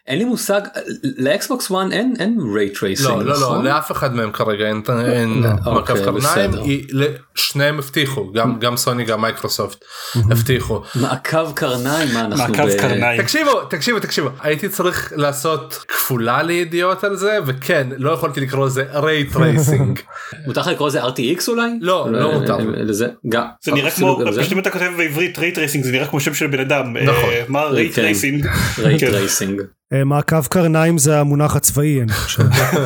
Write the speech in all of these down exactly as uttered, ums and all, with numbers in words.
אין לי מושג, לאקסבוקס וואן אין, אין ray tracing, לא, לא, נכון? לא, לאף אחד מהם כרגע אין, אין מעקב קרניים, שניהם הבטיחו, גם, גם סוני, גם מייקרוסופט הבטיחו. מעקב קרניים, מה אנחנו מעקב ב... קרניים. תקשיבו, תקשיבו, תקשיבו, הייתי צריך לעשות כפולה לידיעות על זה, וכן, לא יכולתי לקרוא לזה ray tracing. מותר לך לקרוא לזה אר טי אקס אולי? לא, לא מותר. לזה, גם. זה נראה כמו, פשוט אם אתה כותב בעברית ray tracing, זה נראה כמו שם של בן אדם. נכון. מה ray tracing? ray tracing. מעקב קרניים זה המונח הצבאי, אני חושב.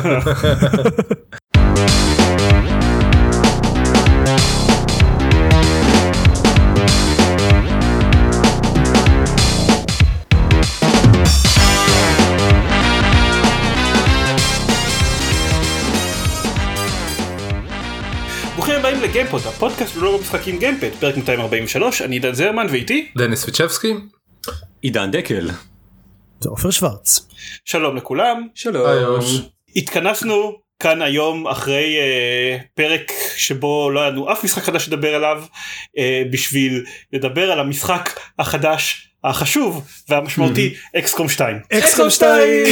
ברוכים הבאים לגיימפוד, הפודקאסט בלוג המשחקים גיימפד, פרק מאתיים ארבעים ושלוש, אני עידן זרמן ואיתי דניס ויצ'בסקי. עידן דקל. זה עופר שוורץ. שלום לכולם. שלום. התכנסנו כאן היום אחרי uh, פרק שבו לא היה לנו אף משחק חדש לדבר עליו, uh, בשביל לדבר על המשחק החדש החשוב והמשמעותי אקסקום שתיים. אקסקום שתיים!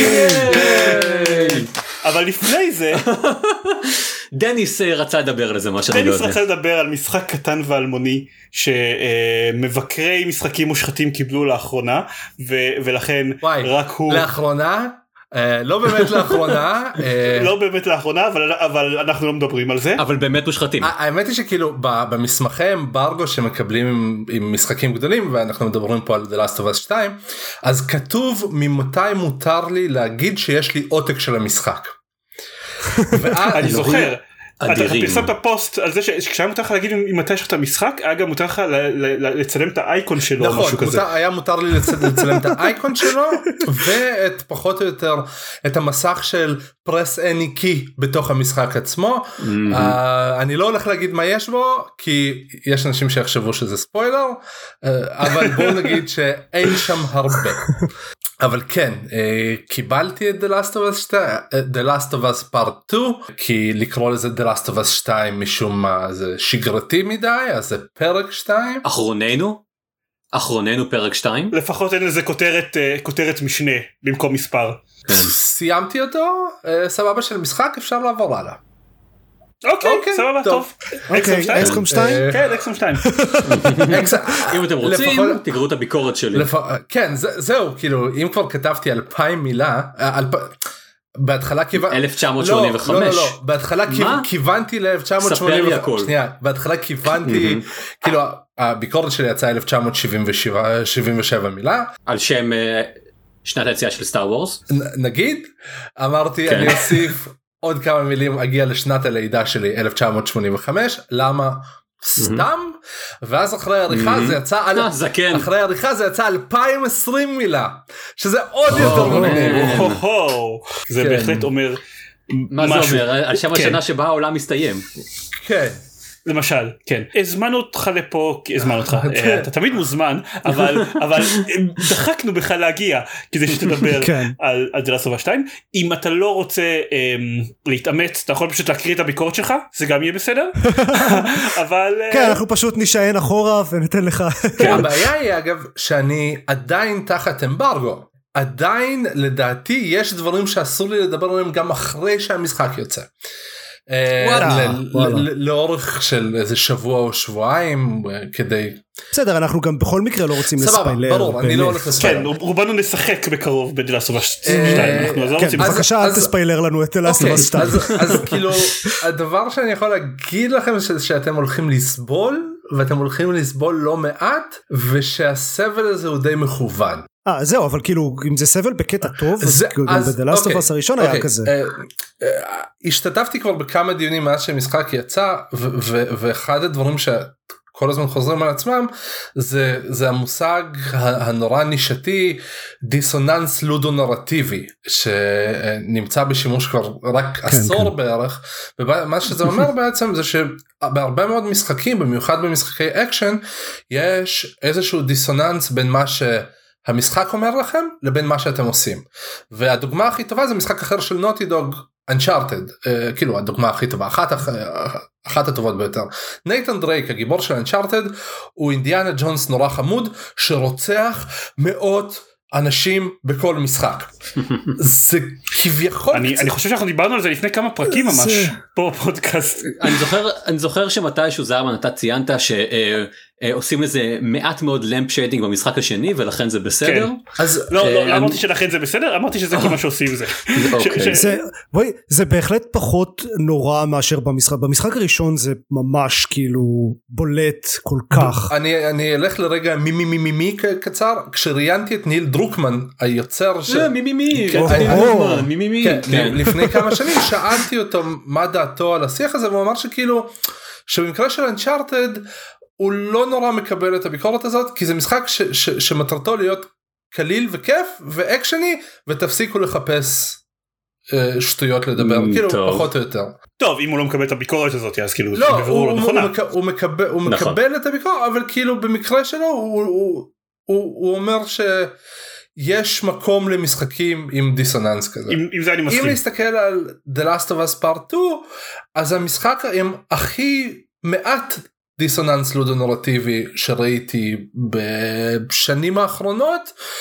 אבל לפני זה דניס רצה לדבר על זה, מה שאני לא יודע. דניס רצה לדבר על משחק קטן ואלמוני שמבקרי משחקים מושחתים קיבלו לאחרונה, ולכן רק הוא... לאחרונה? לא באמת לאחרונה. לא באמת לאחרונה, אבל אנחנו לא מדברים על זה. אבל באמת מושחתים. האמת היא שכאילו במסמכי אמברגו שמקבלים עם משחקים גדולים, ואנחנו מדברים פה על The Last of Us שתיים, אז כתוב ממתי מותר לי להגיד שיש לי עותק של המשחק. אני זוכר. אתה אדירים. פרסמת פוסט על זה שכשהיה מותר לך להגיד אם מתי יש לך את המשחק, היה גם מותר לך לצלם את האייקון שלו או משהו כזה. נכון, היה מותר לי לצלם את האייקון שלו, ואת פחות או יותר את המסך של פרס any key בתוך המשחק עצמו. אני לא הולך להגיד מה יש בו, כי יש אנשים שיחשבו שזה ספוילר, אבל בואו נגיד שאין שם הרבה. אבל כן, קיבלתי את The Last of Us שתיים, The Last of Us Part שתיים, כי לקרוא לזה The Last of Us שתיים משום מה זה שגרתי מדי, אז זה פרק שתיים. אחרוננו? אחרוננו פרק שתיים? לפחות אין לזה כותרת, כותרת משנה במקום מספר. סיימתי אותו, סבבה של משחק, אפשר לעבור הלאה. אוקיי, סבבה, טוב. אקסקום שתיים? כן, אקסקום שתיים. אם אתם רוצים, תקראו את הביקורת שלי. כן, זהו, כאילו, אם כבר כתבתי אלפיים מילה, בהתחלה כיוונתי... אלף תשע מאות שמונים וחמש. לא, לא, לא, בהתחלה כיוונתי ל-אלף תשע מאות שמונים וחמש. שנייה, בהתחלה כיוונתי, כאילו, הביקורת שלי יצאה אלף תשע מאות שבעים ושבע מילה. על שם שנת היציאה של סטאר וורס? נגיד, אמרתי, אני אוסיף... עוד כמה מילים, אגיע לשנת הלידה שלי אלף תשע מאות שמונים וחמש, למה? סתם? ואז אחרי העריכה זה יצא על... אחרי העריכה זה יצא אלפיים ועשרים מילה, שזה עוד יותר מגניב. זה בהחלט אומר מה זה אומר? על שם השנה שבה העולם מסתיים. כן. למשל, כן. הזמנו אותך לפה, הזמנו אותך, אתה תמיד מוזמן, אבל דחקנו בך להגיע, כדי שתדבר על The Last of Us שתיים. אם אתה לא רוצה להתאמץ, אתה יכול פשוט להקריא את הביקורת שלך, זה גם יהיה בסדר. אבל... כן, אנחנו פשוט נשען אחורה וניתן לך. הבעיה היא אגב, שאני עדיין תחת אמברגו. עדיין לדעתי יש דברים שאסור לי לדבר עליהם גם אחרי שהמשחק יוצא. לאורך של איזה שבוע או שבועיים כדי בסדר, אנחנו גם בכל מקרה לא רוצים לספיילר. ברור, אני לא הולך לספיילר. כן, רובנו נשחק בקרוב ב-The Last of Us שתיים. בבקשה אל תספיילר לנו את The Last of Us שתיים. אז כאילו הדבר שאני יכול להגיד לכם שאתם הולכים לסבול, ואתם הולכים לסבול לא מעט, ושהסבל הזה הוא די מכוון. אה, זהו, אבל כאילו, אם זה סבל בקטע טוב, אז גם ב-The Last of Us הראשון היה כזה. השתתפתי כבר בכמה דיונים מאז שהמשחק יצא, ואחד הדברים שכל הזמן חוזרים על עצמם, זה המושג הנורא נישתי, דיסוננס לודו-נרטיבי, שנמצא בשימוש כבר רק עשור בערך, ומה שזה אומר בעצם זה שבהרבה מאוד משחקים, במיוחד במשחקי אקשן, יש איזשהו דיסוננס בין מה ש... המשחק אומר לכם לבין מה שאתם עושים, והדוגמה הכי טובה זה משחק אחר של נוטי דוג, Uncharted, uh, כאילו הדוגמה הכי טובה, אחת, אחת הטובות ביותר. נייתן דרייק, הגיבור של Uncharted, הוא אינדיאנה ג'ונס נורא חמוד שרוצח מאות אנשים בכל משחק. זה כביכול... אני, אני חושב שאנחנו דיברנו על זה לפני כמה פרקים ממש, זה... פה בפודקאסט. אני זוכר, אני זוכר שמתישהו זרמן אתה ציינת שעושים לזה מעט מאוד למפ שיידינג במשחק השני, ולכן זה בסדר. אז לא, לא, לא אמרתי שלכן זה בסדר, אמרתי שזה כל מה שעושים זה. זה בהחלט פחות נורא מאשר במשחק. במשחק הראשון זה ממש כאילו בולט כל כך. אני אלך לרגע מי מי מי מי מי קצר, כשראיינתי את ניל דרוקמן, היוצר של... מי מי מי, מי מי מי. לפני כמה שנים שאלתי אותו מה דעתו על השיח הזה, והוא אמר שכאילו, שבמקרה של אנצ'ארטד, הוא לא נורא מקבל את הביקורת הזאת, כי זה משחק ש, ש, שמטרתו להיות קליל וכיף ואקשני, ותפסיקו לחפש אה, שטויות לדבר, mm, כאילו טוב. פחות או יותר. טוב, אם הוא לא מקבל את הביקורת הזאת, אז כאילו לא, זה בבירור לא נכונה. הוא, הוא, הוא מקבל, הוא נכון. מקבל את הביקורת, אבל כאילו במקרה שלו, הוא, הוא, הוא, הוא אומר שיש מקום למשחקים עם דיסוננס כזה. עם, עם זה אני מסכים. אם להסתכל על The Last of Us Part שתיים, אז המשחק עם הכי מעט דיסוננס לודו-נורטיבי שראיתי בשנים האחרונות,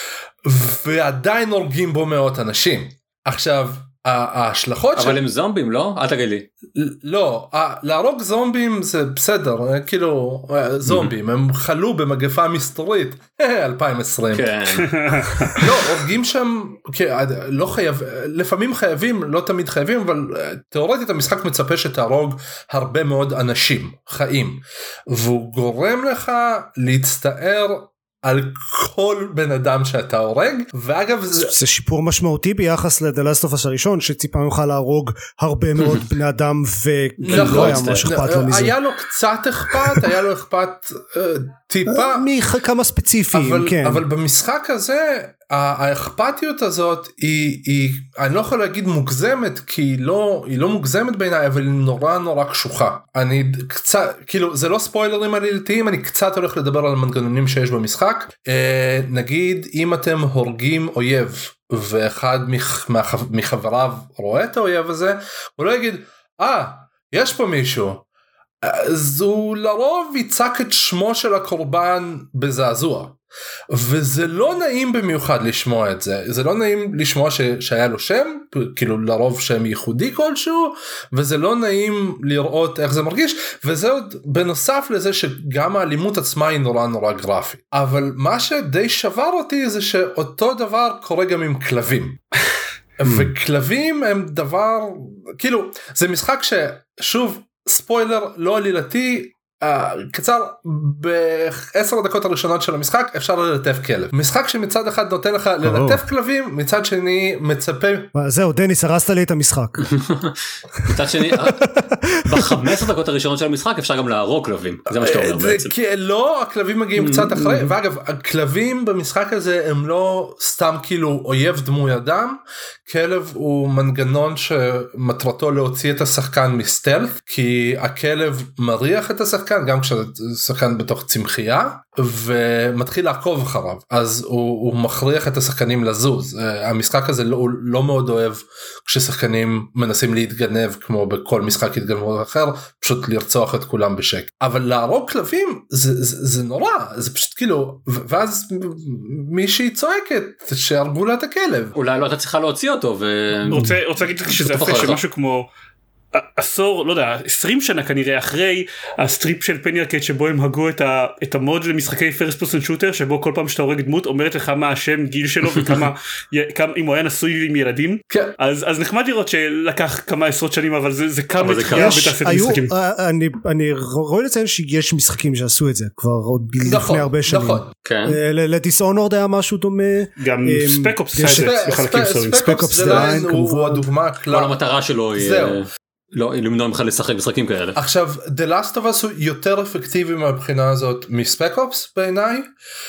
ועדיין הורגים בו מאות אנשים. עכשיו, ההשלכות... אבל הם זומבים, לא? אל תגיד לי. לא, להרוג זומבים זה בסדר, כאילו, זומבים, הם חלו במגפה מסתורית, אלפיים עשרים. כן. לא, הורגים שם, לא חייב, לפעמים חייבים, לא תמיד חייבים, אבל תיאורטית המשחק מצפה שתהרוג הרבה מאוד אנשים, חיים, והוא גורם לך להצטער על כל בן אדם שאתה הורג, ואגב זה... זה שיפור משמעותי ביחס ל-The Last of Us הראשון, שציפה ממך להרוג הרבה מאוד בני אדם, ולא היה ממש אכפת לו מזה. היה לו קצת אכפת, היה לו אכפת טיפה. מכמה ספציפיים, כן. אבל במשחק הזה, האכפתיות הזאת, היא, אני לא יכול להגיד מוגזמת, כי היא לא, היא לא מוגזמת בעיניי, אבל היא נורא נורא קשוחה. אני קצת, כאילו, זה לא ספוילרים עלילתיים, אני קצת הולך לדבר על המנגנונים שיש במשחק. נגיד, אם אתם הורגים אויב, ואחד מחבריו רואה את האויב הזה, הוא לא יגיד, אה, יש פה מישהו. אז הוא לרוב יצק את שמו של הקורבן בזעזוע. וזה לא נעים במיוחד לשמוע את זה, זה לא נעים לשמוע ש... שהיה לו שם, כאילו לרוב שם ייחודי כלשהו, וזה לא נעים לראות איך זה מרגיש, וזה עוד בנוסף לזה שגם האלימות עצמה היא נורא נורא גרפית. אבל מה שדי שבר אותי זה שאותו דבר קורה גם עם כלבים. וכלבים הם דבר, כאילו זה משחק ששוב ספוילר לא עלילתי, Uh, קצר, בעשר הדקות הראשונות של המשחק אפשר ללטף כלב. משחק שמצד אחד נותן לך ללטף כלבים, מצד שני מצפה... זהו, דניס, הרסת לי את המשחק. מצד שני, ב-חמש עשרה דקות הראשונות של המשחק אפשר גם להרוג כלבים. זה מה שאתה אומר בעצם. לא, הכלבים מגיעים קצת אחרי, ואגב, הכלבים במשחק הזה הם לא סתם כאילו אויב דמוי אדם, כלב הוא מנגנון שמטרתו להוציא את השחקן מסטלף, כי הכלב מריח את השחקן, גם כששחקן בתוך צמחייה, ומתחיל לעקוב אחריו, אז הוא, הוא מכריח את השחקנים לזוז. המשחק הזה לא, לא מאוד אוהב כששחקנים מנסים להתגנב, כמו בכל משחק התגנבות אחר, פשוט לרצוח את כולם בשק. אבל להרוג כלבים, זה, זה, זה נורא, זה פשוט כאילו, ואז מישהי צועקת, שהרגו לה את הכלב. אולי לא, אתה צריכה להוציא אותו, ו... רוצה, רוצה להגיד שזה יפה שמשהו כמו, עשור, לא יודע, עשרים שנה כנראה אחרי הסטריפ של פני ארקייד שבו הם הגו את, ה, את המוד למשחקי פרסט פרסון שוטר, שבו כל פעם שאתה הורג דמות אומרת לך מה השם, גיל שלו וכמה כמה, אם הוא היה נשוי עם ילדים. כן. אז, אז נחמד לראות שלקח כמה עשרות שנים, אבל זה, זה כמה תחייה בתעשיית המשחקים. אני, אני רואה לציין שיש משחקים שעשו את זה כבר עוד נכון, לפני הרבה שנים. נכון. כן. לדיסאונורד היה משהו דומה. גם ספק-אופס בחלקים סורים. ספק-אופס ליין הוא הדוגמה. כל המטרה שלו היא... לא, למנוע ממך לשחק משחקים כאלה. עכשיו, The Last of Us הוא יותר אפקטיבי מהבחינה הזאת מספק-אופס בעיניי,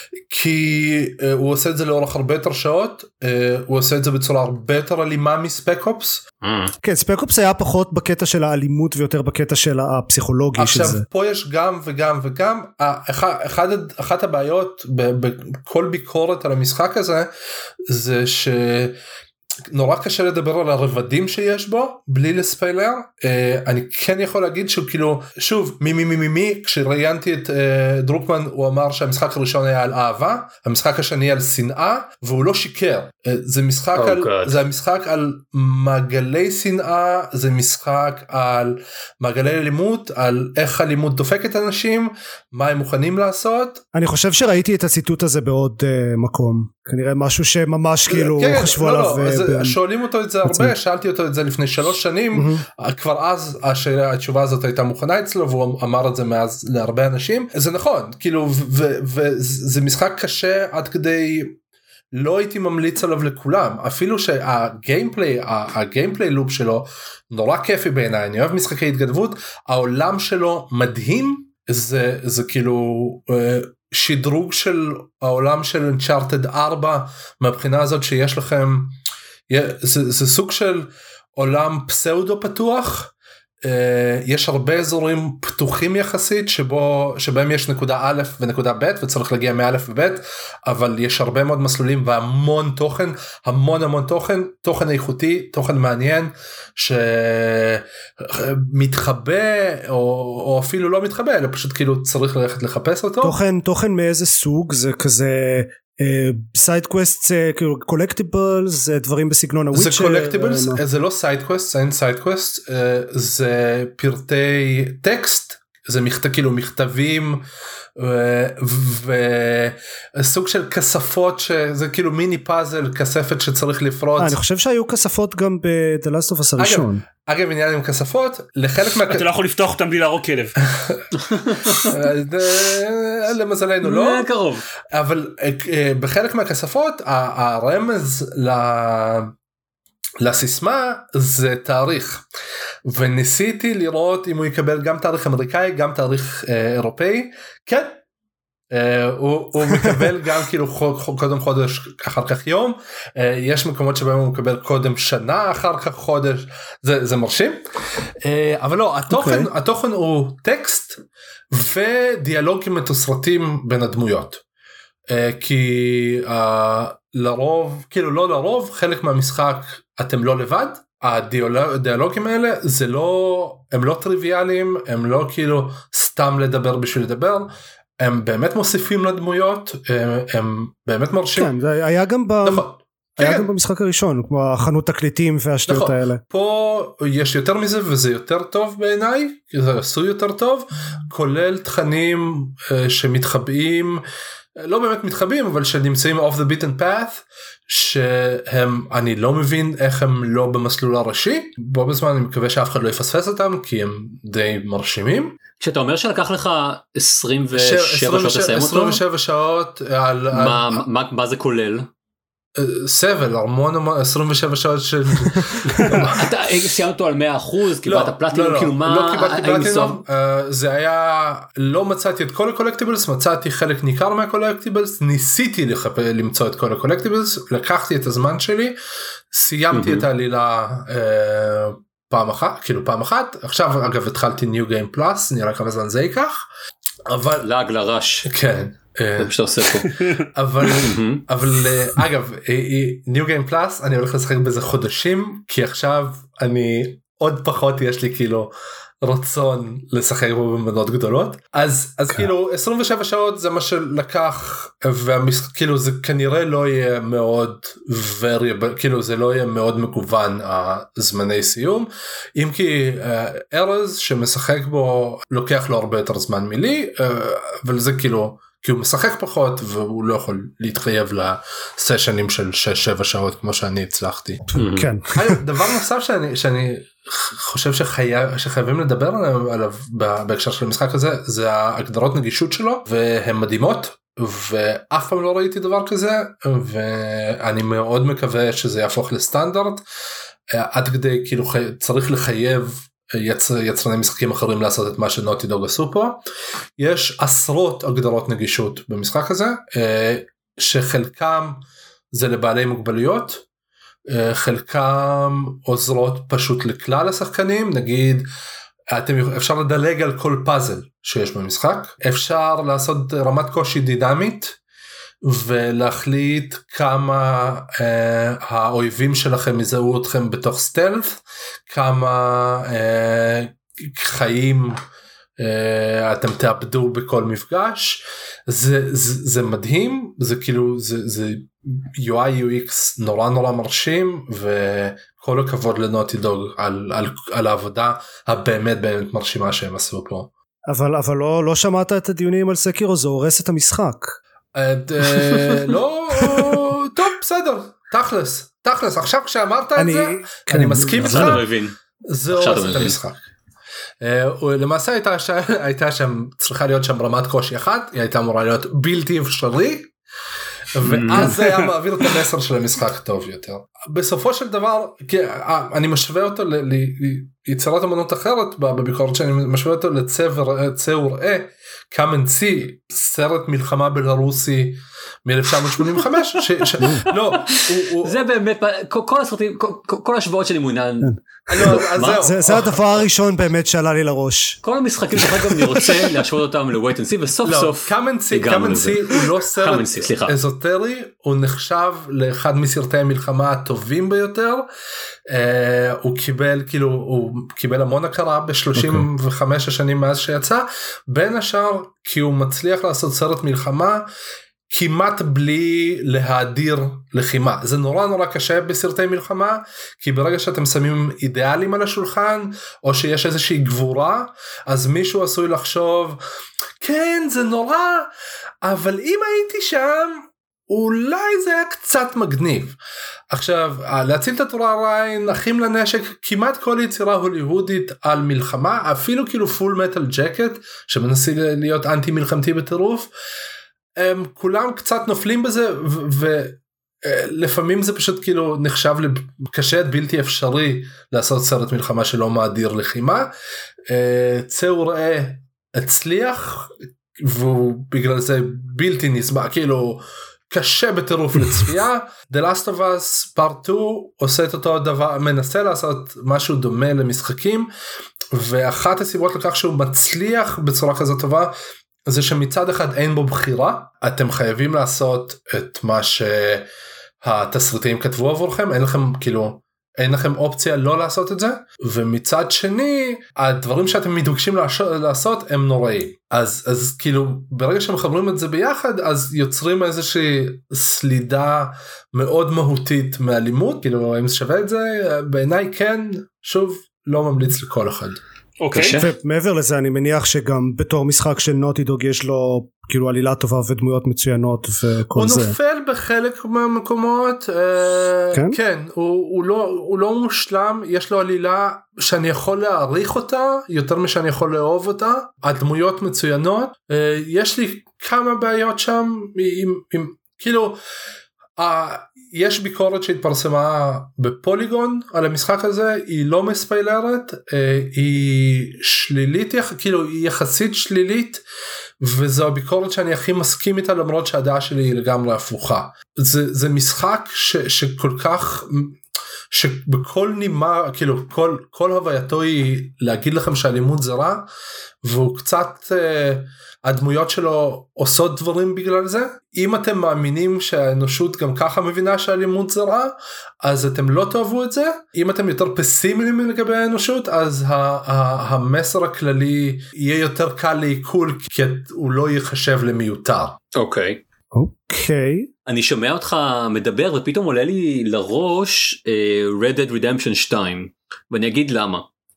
כי uh, הוא עושה את זה לאורך הרבה יותר שעות, uh, הוא עושה את זה בצורה הרבה יותר אלימה מספק-אופס. Mm. כן, ספק-אופס היה פחות בקטע של האלימות ויותר בקטע של הפסיכולוגי של זה. עכשיו, פה יש גם וגם וגם, אחד, אחד, אחת הבעיות בכל ביקורת על המשחק הזה, זה ש... נורא קשה לדבר על הרבדים שיש בו בלי לספיילר. אני כן יכול להגיד שכאילו שוב מי מי מי מי מי כשראיינתי את דרוקמן הוא אמר שהמשחק הראשון היה על אהבה, המשחק השני על שנאה, והוא לא שיקר. זה משחק oh, על God. זה המשחק על מעגלי שנאה, זה משחק על מעגלי אלימות, על איך אלימות דופקת אנשים, מה הם מוכנים לעשות. אני חושב שראיתי את הציטוט הזה בעוד uh, מקום, כנראה משהו שממש כאילו כן, חשבו לא, עליו. לא, אז ב... שואלים אותו את זה הרבה, שאלתי אותו את זה לפני שלוש שנים, mm-hmm. כבר אז השאלה, התשובה הזאת הייתה מוכנה אצלו, והוא אמר את זה מאז להרבה אנשים. זה נכון, כאילו, וזה משחק קשה עד כדי, לא הייתי ממליץ עליו לכולם, אפילו שהגיימפליי, הגיימפליי לופ שלו נורא כיפי בעיניי, אני אוהב משחקי התגנבות, העולם שלו מדהים, זה, זה כאילו שדרוג של העולם של Uncharted ארבע, מהבחינה הזאת שיש לכם, זה, זה סוג של עולם פסאודו פתוח, יש הרבה אזורים פתוחים יחסית שבו, שבהם יש נקודה א' ונקודה ב' וצריך להגיע מא' וב', אבל יש הרבה מאוד מסלולים והמון תוכן, המון המון תוכן, תוכן איכותי, תוכן מעניין שמתחבא או, או אפילו לא מתחבא, אלא פשוט כאילו צריך ללכת לחפש אותו. תוכן, תוכן מאיזה סוג? זה כזה סייד קווסט, כאילו קולקטיבלס, דברים בסגנון הוויצ'ר? זה קולקטיבלס, זה לא סייד קווסט, זה אין סייד קווסט, זה פרטי טקסט, זה מכתב, כאילו מכתבים וסוג של כספות, שזה כאילו מיני פאזל, כספת שצריך לפרוץ. אני חושב שהיו כספות גם ב-The Last of Us הראשון. אגב, עניין עם כספות, לחלק מה... אתה לא יכול לפתוח אותם בלי להרוג כלב. למזלנו לא. קרוב. אבל בחלק מהכספות, הרמז לסיסמה זה תאריך. וניסיתי לראות אם הוא יקבל גם תאריך אמריקאי, גם תאריך אירופאי. כן. הוא מקבל גם כאילו קודם חודש אחר כך יום, יש מקומות שבהם הוא מקבל קודם שנה אחר כך חודש, זה מרשים, אבל לא, התוכן התוכן הוא טקסט ודיאלוגים מתוסרטים בין הדמויות, כי לרוב, כאילו לא לרוב, חלק מהמשחק אתם לא לבד, הדיאלוגים האלה זה לא, הם לא טריוויאליים, הם לא כאילו סתם לדבר בשביל לדבר, הם באמת מוסיפים לדמויות, הם באמת מרשים. כן, זה היה גם ב... נכון. היה גם במשחק הראשון, כמו החנות תקליטים והשטויות האלה. פה יש יותר מזה וזה יותר טוב בעיניי, זה עשוי יותר טוב, כולל תכנים שמתחבאים, לא באמת מתחבאים, אבל שנמצאים off the beaten path, שהם, אני לא מבין איך הם לא במסלול הראשי, בו בזמן אני מקווה שאף אחד לא יפספס אותם, כי הם די מרשימים. כשאתה אומר שלקח לך עשרים ושבע שעות לסיים אותו? עשרים ושבע שעות על... מה, מה, מה זה כולל? סבל, המון המון, עשרים ושבע שעות של... אתה סיימת אותו על מאה אחוז, קיבלת פלטינום, כאילו מה... לא קיבלתי פלטינום, זה היה, לא מצאתי את כל הקולקטיבלס, מצאתי חלק ניכר מהקולקטיבלס, ניסיתי למצוא את כל הקולקטיבלס, לקחתי את הזמן שלי, סיימתי את העלילה פעם אחת, כאילו פעם אחת, עכשיו אגב התחלתי New Game Plus, נראה כמה זמן זה ייקח, אבל... לעג לרש. כן. זה שאתה עושה פה. אבל, אבל אגב, New Game Plus, אני הולך לשחק בזה חודשים, כי עכשיו אני, עוד פחות יש לי כאילו רצון לשחק בו במנות גדולות, אז, אז כאילו עשרים ושבע שעות זה מה שלקח, וכאילו זה כנראה לא יהיה מאוד variable, כאילו זה לא יהיה מאוד מגוון הזמני סיום, אם כי ארז שמשחק בו לוקח לו הרבה יותר זמן מילי, אבל זה כאילו, כי הוא משחק פחות והוא לא יכול להתחייב לסשנים של שש שבע שעות כמו שאני הצלחתי. כן. דבר נוסף שאני, שאני חושב שחייב, שחייבים לדבר עליו בהקשר של המשחק הזה, זה ההגדרות נגישות שלו, והן מדהימות, ואף פעם לא ראיתי דבר כזה, ואני מאוד מקווה שזה יהפוך לסטנדרט, עד כדי כאילו צריך לחייב יצ... יצרני משחקים אחרים לעשות את מה שנוטי דוג עשו פה. יש עשרות הגדרות נגישות במשחק הזה, שחלקם זה לבעלי מוגבלויות, חלקם עוזרות פשוט לכלל השחקנים, נגיד אתם, אפשר לדלג על כל פאזל שיש במשחק, אפשר לעשות רמת קושי דינמית, ולהחליט כמה אה, האויבים שלכם יזהו אתכם בתוך סטלף, כמה אה, חיים אה, אתם תאבדו בכל מפגש. זה, זה, זה מדהים, זה כאילו זה, זה יו איי יו אקס נורא נורא מרשים, וכל הכבוד לנוטי דוג על, על, על העבודה הבאמת באמת מרשימה שהם עשו פה. אבל אבל לא לא שמעת את הדיונים על סקירו, זה הורס את המשחק. לא, טוב בסדר, תכלס תכלס עכשיו כשאמרת את זה אני מסכים איתך, זה הורס את המשחק. למעשה הייתה הייתה שם צריכה להיות שם רמת קושי אחת, היא הייתה אמורה להיות בלתי אפשרי, ואז זה היה מעביר את המסר של המשחק טוב יותר. בסופו של דבר אני משווה אותו ליצירת אמנות אחרת בביקורת, שאני משווה אותו לצאו ראה קאמן סי, סרט מלחמה בלרוסי מ-אלף תשע מאות שמונים וחמש. זה באמת כל הסרטים, כל השבועות שאני מעוניין, זה הדבר הראשון באמת שעלה לי לראש. כל המשחקים שלך גם אני רוצה להשוות אותם ל-Wait and See, וסוף סוף קאמן סי הוא לא סרט אזוטרי, הוא נחשב לאחד מסרטי המלחמה הטובים ביותר. הוא קיבל כאילו הוא קיבל המון הכרה ב-שלושים וחמש השנים מאז שיצא, בין השאר כי הוא מצליח לעשות סרט מלחמה כמעט בלי להאדיר לחימה. זה נורא נורא קשה בסרטי מלחמה, כי ברגע שאתם שמים אידיאלים על השולחן, או שיש איזושהי גבורה, אז מישהו עשוי לחשוב, כן זה נורא, אבל אם הייתי שם, אולי זה היה קצת מגניב. עכשיו, להציל את התורה ריין, אחים לנשק, כמעט כל יצירה הוליוודית על מלחמה, אפילו כאילו פול מטל ג'קט, שמנסה להיות אנטי מלחמתי בטירוף, הם כולם קצת נופלים בזה, ולפעמים זה פשוט כאילו נחשב קשה, בלתי אפשרי לעשות סרט מלחמה שלא מאדיר לחימה. צאו ראה הצליח, והוא בגלל זה בלתי נסבל, כאילו קשה בטירוף לצפייה. The Last of Us Part שתיים עושה את אותו דבר, מנסה לעשות משהו דומה למשחקים, ואחת הסיבות לכך שהוא מצליח בצורה כזאת טובה, זה שמצד אחד אין בו בחירה, אתם חייבים לעשות את מה שהתסריטאים כתבו עבורכם, אין לכם כאילו, אין לכם אופציה לא לעשות את זה, ומצד שני, הדברים שאתם מתבקשים לעשות הם נוראים. אז, אז כאילו, ברגע שמחברים את זה ביחד, אז יוצרים איזושהי סלידה מאוד מהותית מאלימות, כאילו, אם זה שווה את זה, בעיניי כן, שוב, לא ממליץ לכל אחד. אוקיי. ומעבר לזה אני מניח שגם בתור משחק של נוטי דוג יש לו כאילו עלילה טובה ודמויות מצוינות וכל זה. הוא נופל בחלק מהמקומות, כן, כן, הוא לא הוא לא מושלם, יש לו עלילה שאני יכול להעריך אותה יותר משאני יכול לאהוב אותה, הדמויות מצוינות, יש לי כמה בעיות שם עם כאילו יש ביקורת שהתפרסמה בפוליגון על המשחק הזה, היא לא מספיילרת, היא שלילית, כאילו היא יחסית שלילית, וזו הביקורת שאני הכי מסכים איתה, למרות שהדעה שלי היא לגמרי הפוכה. זה, זה משחק ש, שכל כך, שבכל נימה, כאילו כל, כל הווייתו היא להגיד לכם שהלימוד זה רע, והוא קצת, הדמויות שלו עושות דברים בגלל זה. אם אתם מאמינים שהאנושות גם ככה מבינה שהלימוד זה רע, אז אתם לא תאהבו את זה. אם אתם יותר פסימיים לגבי האנושות, אז המסר הכללי יהיה יותר קל לעיכול, כי הוא לא ייחשב למיותר. אוקיי. אוקיי. אני שומע אותך מדבר, ופתאום עולה לי לראש Red Dead Redemption שתיים, ואני אגיד למה.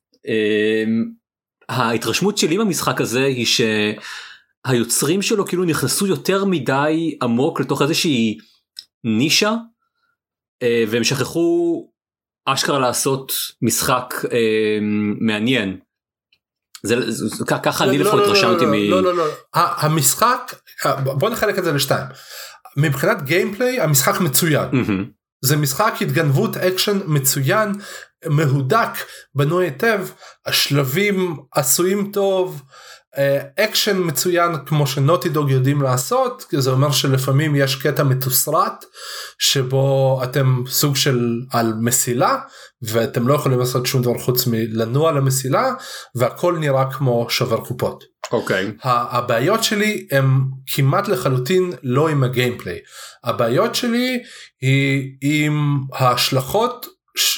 ההתרשמות שלי במשחק הזה היא שהיוצרים שלו כאילו נכנסו יותר מדי עמוק לתוך איזושהי נישה, והם שכחו אשכרה לעשות משחק מעניין. זה, זה, ככה אני לפחות התרשמתי מ... לא, לא, לא, המשחק, בוא נחלק את זה לשתיים. מבחינת גיימפליי, המשחק מצוין. זה משחק התגנבות אקשן מצוין, מהודק, בנוי היטב, השלבים עשויים טוב, אקשן מצוין כמו שנוטי דוג יודעים לעשות, זה אומר שלפעמים יש קטע מתוסרט שבו אתם סוג של על מסילה ואתם לא יכולים לעשות שום דבר חוץ מלנוע למסילה והכל נראה כמו שובר קופות. אוקיי. Okay. הבעיות שלי הם כמעט לחלוטין לא עם הגיימפליי, הבעיות שלי היא עם ההשלכות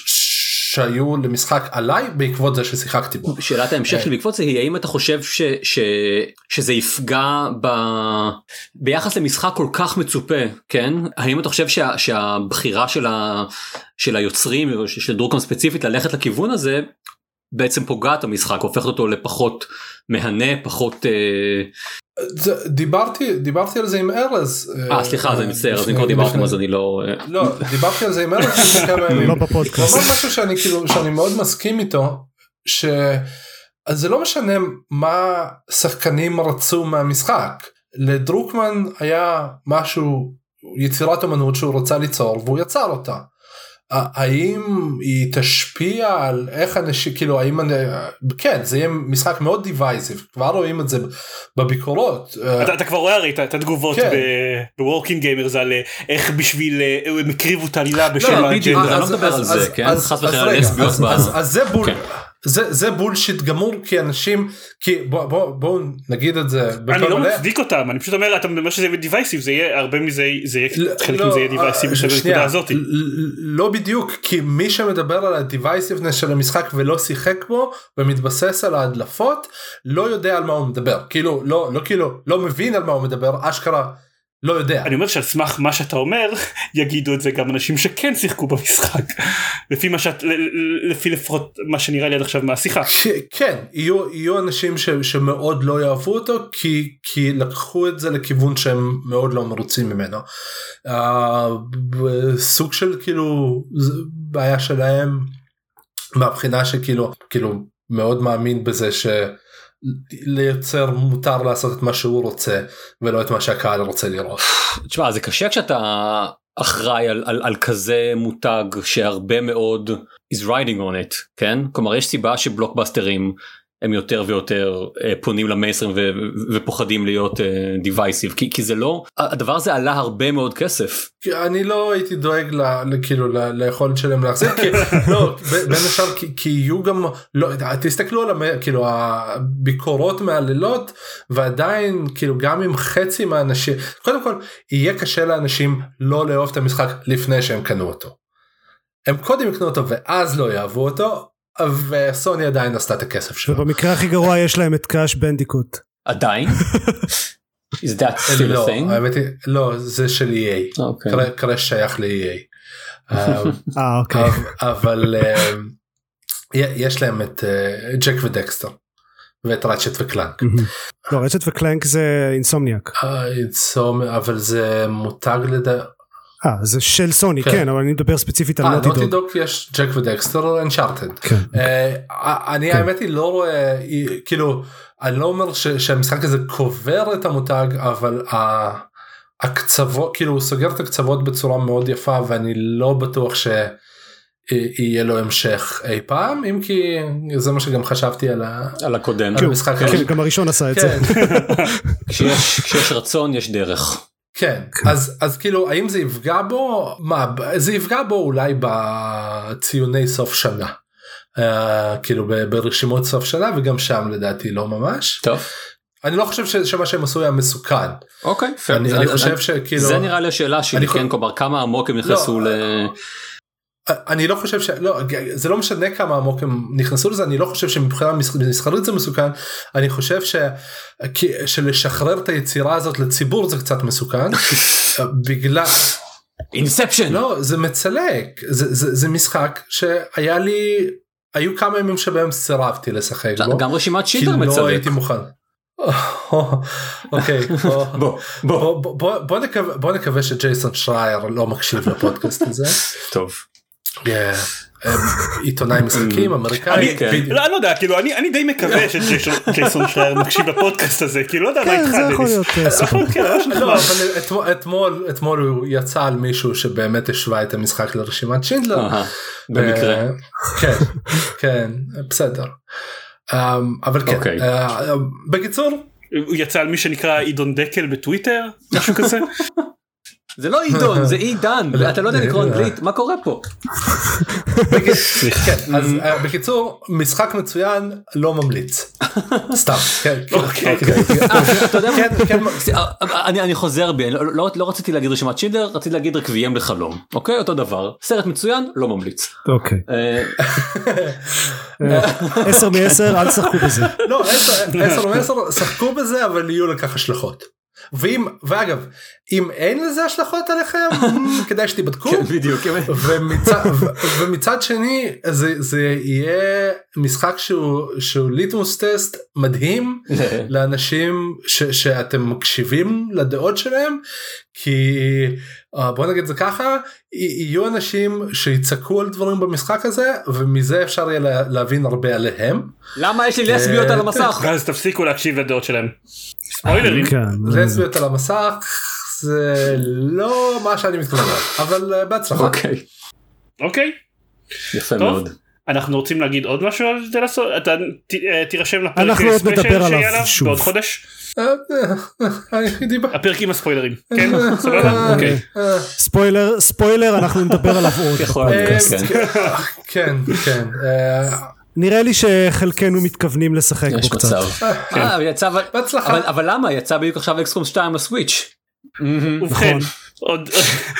שהיו למשחק עליי בעקבות זה ששיחקתי בו. שאלת ההמשך שלי בעקבות זה היא האם אתה חושב ש, ש, שזה יפגע ב, ביחס למשחק כל כך מצופה, כן? האם אתה חושב שה, שהבחירה של, ה, של היוצרים של דרוקם ספציפית ללכת לכיוון הזה בעצם פוגעת המשחק, הופכת אותו לפחות מהנה, פחות... זה, דיברתי, דיברתי על זה עם ארז. אה, סליחה, זה מצטער, אז אם כבר דיברתם אז אני לא... לא, דיברתי על זה עם ארז כמה ימים. לא בפודקאסט. הוא אמר משהו שאני כאילו, שאני מאוד מסכים איתו, שזה לא משנה מה שחקנים רצו מהמשחק. לדרוקמן היה משהו, יצירת אמנות שהוא רצה ליצור, והוא יצר אותה. האם היא תשפיע על איך אנשים, כאילו האם, כן, זה יהיה משחק מאוד דיווייזיב, כבר רואים את זה בביקורות. אתה, אתה כבר רואה הרי את התגובות בוורקינג גיימרס על איך בשביל, הם הקריבו את העלילה בשם האג'נדה. אני לא מדבר על זה, כן? חס וחלילה לסביות. אז זה בול. זה זה בולשיט גמור, כי אנשים, כי בואו בוא, בוא נגיד את זה. אני לא מצדיק אותם, אני פשוט אומר, אתה אומר שזה יהיה דיווייסיב, זה יהיה הרבה מזה, זה יהיה חלק מזה יהיה דיווייסיב בשביל הנקודה הזאת. לא בדיוק, כי מי שמדבר על הדיווייסיבנס של המשחק ולא שיחק בו, ומתבסס על ההדלפות, לא יודע על מה הוא מדבר, כאילו, לא, לא כאילו, לא מבין על מה הוא מדבר, אשכרה. לא יודע. אני אומר שעל סמך מה שאתה אומר יגידו את זה גם אנשים שכן שיחקו במשחק לפי מה שאת לפי לפחות מה שנראה לי עד עכשיו מהשיחה. כן, יהיו יהיו אנשים ש, שמאוד לא יאהבו אותו כי כי לקחו את זה לכיוון שהם מאוד לא מרוצים ממנו. סוג של כאילו בעיה שלהם מהבחינה שכאילו כאילו מאוד מאמין בזה ש לייצר מותר לעשות את מה שהוא רוצה ולא את מה שהקהל רוצה לראות. תשמע, זה קשה כשאתה אחראי על, על, על כזה מותג שהרבה מאוד is riding on it, כן? כלומר יש סיבה שבלוקבאסטרים הם יותר ויותר אה, פונים למיינסטרים ו- ו- ופוחדים להיות דיווייסיב, אה, כי, כי זה לא, הדבר הזה עלה הרבה מאוד כסף. אני לא הייתי דואג ל, כאילו ל, ליכולת שלהם להחזיר, כי לא, בין השאר כי, כי יהיו גם, לא, תסתכלו על המ, כאילו הביקורות מהלילות, ועדיין כאילו גם עם חצי מהאנשים, קודם כל יהיה קשה לאנשים לא לאהוב את המשחק לפני שהם קנו אותו. הם קודם יקנו אותו ואז לא יאהבו אותו, וסוני עדיין עשתה את הכסף שלו. ובמקרה הכי גרוע יש להם את קראש בנדיקוט. עדיין? Is that still a thing? האמת היא, לא, זה של E A. קראש שייך ל-E A. אה, אוקיי. אבל יש להם את ג'ק ודקסטר, ואת רצ'ט וקלנק. לא, רצ'ט וקלנק זה אינסומניאק. אבל זה מותג לדעת. אה, זה של סוני, כן. כן, אבל אני מדבר ספציפית על נוטי דוג. נוטי דוג יש ג'ק ודקסטר אנצ'ארטד. כן. אני כן. האמת היא לא רואה, כאילו, אני לא אומר ש, שהמשחק הזה קובר את המותג, אבל הקצוות, כאילו הוא סוגר את הקצוות בצורה מאוד יפה, ואני לא בטוח שיהיה לו המשך אי פעם, אם כי זה מה שגם חשבתי על, ה... על הקודם. על המשחק כן, גם הראשון עשה את כן. זה. כשיש, כשיש רצון יש דרך. כן, אז, אז כאילו האם זה יפגע בו, מה, זה יפגע בו אולי בציוני סוף שנה, uh, כאילו ברשימות סוף שנה, וגם שם לדעתי לא ממש. טוב. אני לא חושב ש, שמה שהם עשו היה מסוכן. אוקיי, אני, אני חושב שכאילו... זה נראה לי השאלה שלי, כן, כלומר, כמה עמוק הם נכנסו ל... אני לא חושב ש... לא, זה לא משנה כמה עמוק הם נכנסו לזה, אני לא חושב שמבחינה מסחרית זה מסוכן, אני חושב ש... שלשחרר את היצירה הזאת לציבור זה קצת מסוכן, בגלל... אינספשן! לא, זה מצלק, זה, זה, זה משחק שהיה לי, היו כמה ימים שבהם סירבתי לשחק בו. גם רשימת שינדלר מצלק. כי לא הייתי מוכן. אוקיי, בוא נקווה שג'ייסון שרייר לא מקשיב לפודקאסט הזה. טוב. עיתונאי משחקים אמריקאי. לא, אני לא יודע, כאילו אני די מקווה שג'ייסון שרייר מקשיב לפודקאסט הזה, כאילו לא יודע מה איתך. כן, זה יכול להיות סבבה. אתמול הוא יצא על מישהו שבאמת השווה את המשחק לרשימת שינדלר. במקרה. כן, כן, בסדר. אבל כן, בקיצור. הוא יצא על מי שנקרא עידון דקל בטוויטר, משהו כזה. זה לא עידון, זה עידן, אתה לא יודע לקרוא אנגלית, מה קורה פה? אז בקיצור, משחק מצוין, לא ממליץ. סתם. אני חוזר בי, לא רציתי להגיד רשימת שינדלר, רציתי להגיד רקביים לחלום. אוקיי, אותו דבר. סרט מצוין, לא ממליץ. אוקיי. עשר מעשר, אל תשחקו בזה. לא, עשר מעשר, שחקו בזה, אבל יהיו לכך השלכות. ואם, ואגב, אם אין לזה השלכות עליכם, כדאי שתיבדקו. כן, בדיוק. ומצד, ומצד שני, זה, זה יהיה משחק שהוא, שהוא ליטמוס טסט מדהים לאנשים ש, שאתם מקשיבים לדעות שלהם, כי בוא נגיד זה ככה, יהיו אנשים שיצעקו על דברים במשחק הזה, ומזה אפשר יהיה להבין הרבה עליהם. למה יש לי לסביות על המסך? אז תפסיקו להקשיב לדעות שלהם. ספוילרים. לסביות על המסך זה לא מה שאני מתכוון, אבל בהצלחה. אוקיי. אוקיי. יפה מאוד. אנחנו רוצים להגיד עוד משהו על זה לעשות? אתה תירשם לפרק אנחנו עוד נדבר עליו שוב. בעוד חודש? הפרק עם הספוילרים. כן? סבבה? אוקיי. ספוילר, ספוילר, אנחנו נדבר עליו עוד. כן, כן. נראה לי שחלקנו מתכוונים לשחק בו קצת. אבל למה? יצא בדיוק עכשיו אקס קום שתיים לסוויץ'. ובכן, עוד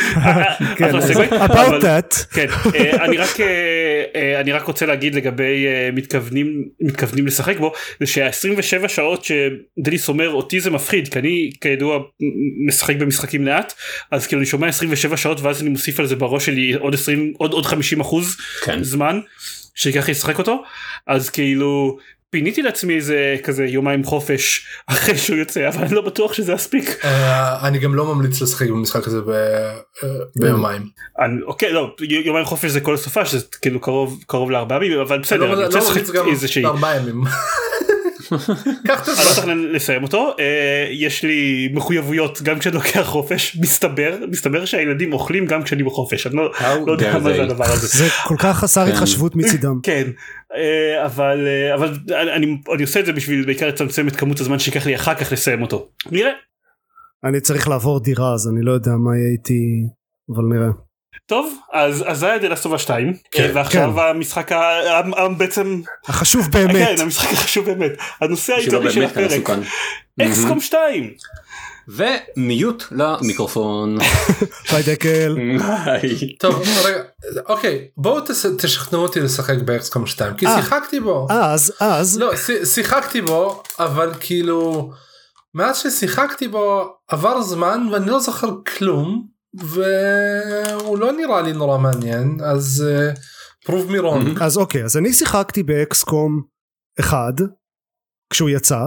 about that. אני רק רוצה להגיד לגבי מתכוונים לשחק בו, זה שה-עשרים ושבע שעות שדניס אומר אותי זה מפחיד, כי אני כידוע משחק במשחקים לאט, אז כאילו אני שומע עשרים ושבע שעות ואז אני מוסיף על זה בראש שלי עוד חמישים אחוז זמן שיקח לשחק אותו, אז כאילו פיניתי לעצמי איזה כזה יומיים חופש אחרי שהוא יוצא, אבל אני לא בטוח שזה אספיק. אני גם לא ממליץ לשחק במשחק הזה ביומיים. אוקיי, לא, יומיים חופש זה כל סופה, שזה כאילו קרוב לארבעה ימים, אבל בסדר, אני רוצה לשחק איזושהי. ארבעה ימים. אני לא תכנן לסיים אותו, יש לי מחויבויות גם כשאני לוקח חופש, מסתבר, מסתבר שהילדים אוכלים גם כשאני בחופש, אני לא יודע מה זה הדבר הזה. זה כל כך חסר התחשבות מצידם. כן, אבל אני עושה את זה בשביל בעיקר לצמצם את כמות הזמן שיקח לי אחר כך לסיים אותו. נראה. אני צריך לעבור דירה, אז אני לא יודע מה יהיה איתי, אבל נראה. טוב, אז זה היה דה לאסט אוף אס שתיים, ועכשיו המשחק בעצם החשוב באמת, כן, המשחק החשוב באמת, הנושא העיקרי של הפרק, אקס קום שתיים, ומיוט למיקרופון. ביי דקל. טוב, רגע, אוקיי, בואו תשכנעו אותי לשחק ב-אקס קום שתיים, כי שיחקתי בו. אז, אז. לא, שיחקתי בו, אבל כאילו, מאז ששיחקתי בו עבר זמן ואני לא זוכר כלום, והוא לא נראה לי נורא מעניין, אז פרוב מירון. אז אוקיי, אז אני שיחקתי באקס קום אחד כשהוא יצא,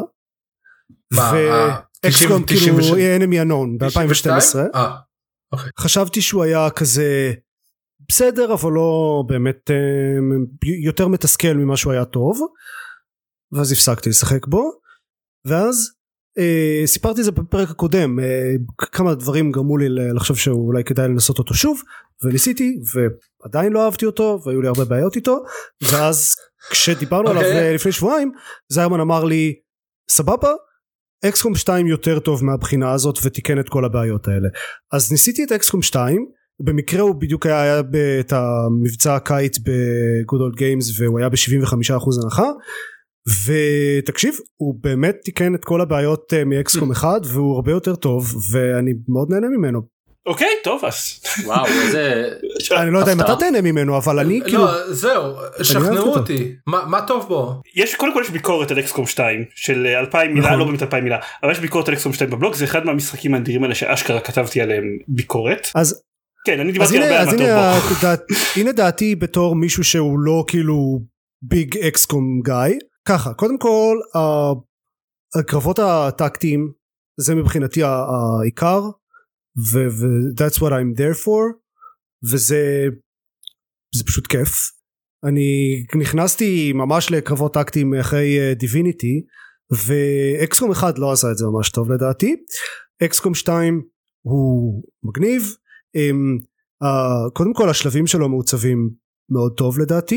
ואקס קום כאילו enemy unknown ב-אלפיים ושתים עשרה, חשבתי שהוא היה כזה בסדר, אבל לא באמת יותר מתסכל ממה שהוא היה טוב, ואז הפסקתי לשחק בו, ואז Uh, סיפרתי את זה בפרק הקודם, uh, כמה דברים גרמו לי לחשוב שאולי כדאי לנסות אותו שוב, וניסיתי ועדיין לא אהבתי אותו והיו לי הרבה בעיות איתו, ואז כשדיברנו okay. עליו לפני שבועיים זיירמן אמר לי סבבה, אקס קום שתיים יותר טוב מהבחינה הזאת ותיקן את כל הבעיות האלה, אז ניסיתי את אקס קום שתיים, במקרה הוא בדיוק היה, היה את המבצע הקיץ ב-Good Old Games והוא היה ב-שבעים וחמישה אחוז הנחה, ותקשיב, הוא באמת תיקן את כל הבעיות מ-אקס קום אחד והוא הרבה יותר טוב ואני מאוד נהנה ממנו. אוקיי, טוב אז. וואו, איזה... אני לא יודע אם אתה תהנה ממנו, אבל אני כאילו... לא, זהו, שכנעו אותי. מה טוב בו? יש, קודם כל יש ביקורת על אקס קום שתיים של אלפיים מילה, לא באמת אלפיים מילה, אבל יש ביקורת על אקס קום שתיים בבלוג, זה אחד מהמשחקים האדירים האלה שאשכרה כתבתי עליהם ביקורת. אז... כן, אני דיברתי הרבה על מה טוב בו. הנה דעתי בתור מישהו שהוא לא כאילו ביג אקס קום גאי. ככה, קודם כל, הקרבות הטקטיים, זה מבחינתי העיקר, ו-that's what I'm there for, וזה זה פשוט כיף. אני נכנסתי ממש לקרבות טקטיים אחרי דיביניטי, ו-אקס קום אחד לא עשה את זה ממש טוב לדעתי, אקס קום שתיים הוא מגניב, קודם כל השלבים שלו מעוצבים מאוד טוב לדעתי,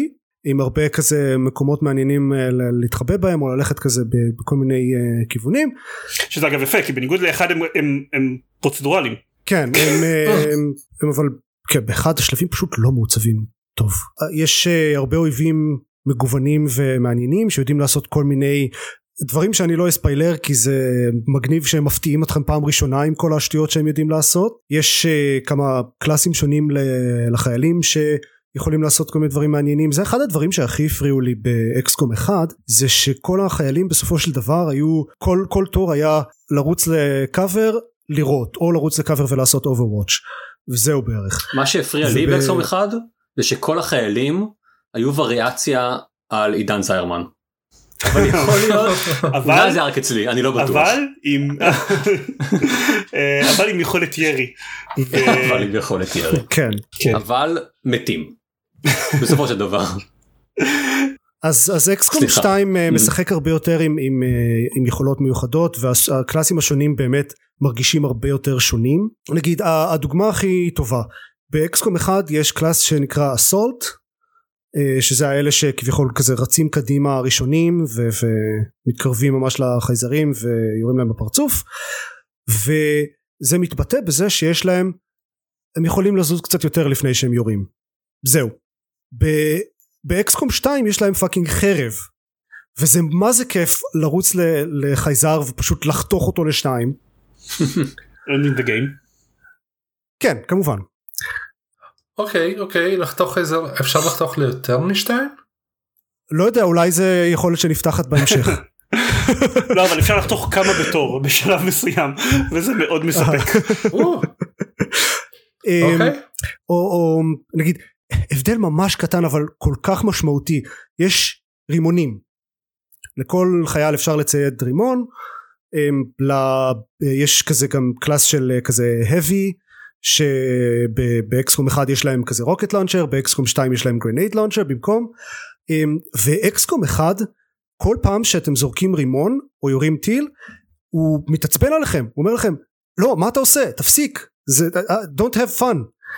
עם הרבה כזה מקומות מעניינים להתחבא בהם או ללכת כזה בכל מיני כיוונים. שזה אגב יפה, כי בניגוד לאחד הם, הם, הם פרוצדורליים. כן, הם, הם, הם אבל כן, באחד השלבים פשוט לא מעוצבים טוב. יש הרבה אויבים מגוונים ומעניינים שיודעים לעשות כל מיני דברים שאני לא אספיילר כי זה מגניב שהם מפתיעים אתכם פעם ראשונה עם כל השטויות שהם יודעים לעשות. יש uh, כמה קלאסים שונים לחיילים שיכולים לעשות כל מיני דברים מעניינים. זה אחד הדברים שהכי הפריעו לי באקסקום אחד, זה שכל החיילים בסופו של דבר היו, כל, כל תור היה לרוץ לקאבר לראות או לרוץ לקאבר ולעשות אוברוואץ' וזהו בערך. מה שהפריע לי באקסקום אחד זה שכל החיילים היו וריאציה על עידן זיירמן. אבל יכול להיות, אולי זה רק אצלי, אני לא בטוח. אבל עם אבל עם יכולת ירי. אבל עם יכולת ירי. כן. אבל מתים. בסופו של דבר. אז אקסקום שתיים משחק הרבה יותר עם יכולות מיוחדות, והקלאסים השונים באמת מרגישים הרבה יותר שונים. נגיד, הדוגמה הכי טובה, באקסקום אחד יש קלאס שנקרא אסולט, שזה האלה שכביכול כזה רצים קדימה הראשונים ומתקרבים ממש לחייזרים ויורים להם בפרצוף, וזה מתבטא בזה שיש להם, הם יכולים לזוז קצת יותר לפני שהם יורים. זהו. באקסקום שתיים יש להם פאקינג חרב, וזה מה זה כיף לרוץ לחייזר ופשוט לחתוך אותו לשניים. Ending the game. כן, כמובן. אוקיי, אוקיי, לחתוך איזה, אפשר לחתוך ליותר משתיים? לא יודע, אולי זה יכולת שנפתחת בהמשך. לא, אבל אפשר לחתוך כמה בתור בשלב מסוים, וזה מאוד מספק. אוקיי. או נגיד, הבדל ממש קטן אבל כל כך משמעותי, יש רימונים. לכל חייל אפשר לצייד רימון, יש כזה גם קלאס של כזה heavy, שבאקסקום אחד יש להם כזה רוקט לאנצ'ר, באקסקום שתיים יש להם גרנייד לאנצ'ר במקום, ואקסקום אחד כל פעם שאתם זורקים רימון או יורים טיל הוא מתעצבן עליכם, הוא אומר לכם לא, מה אתה עושה? תפסיק, זה, don't have fun.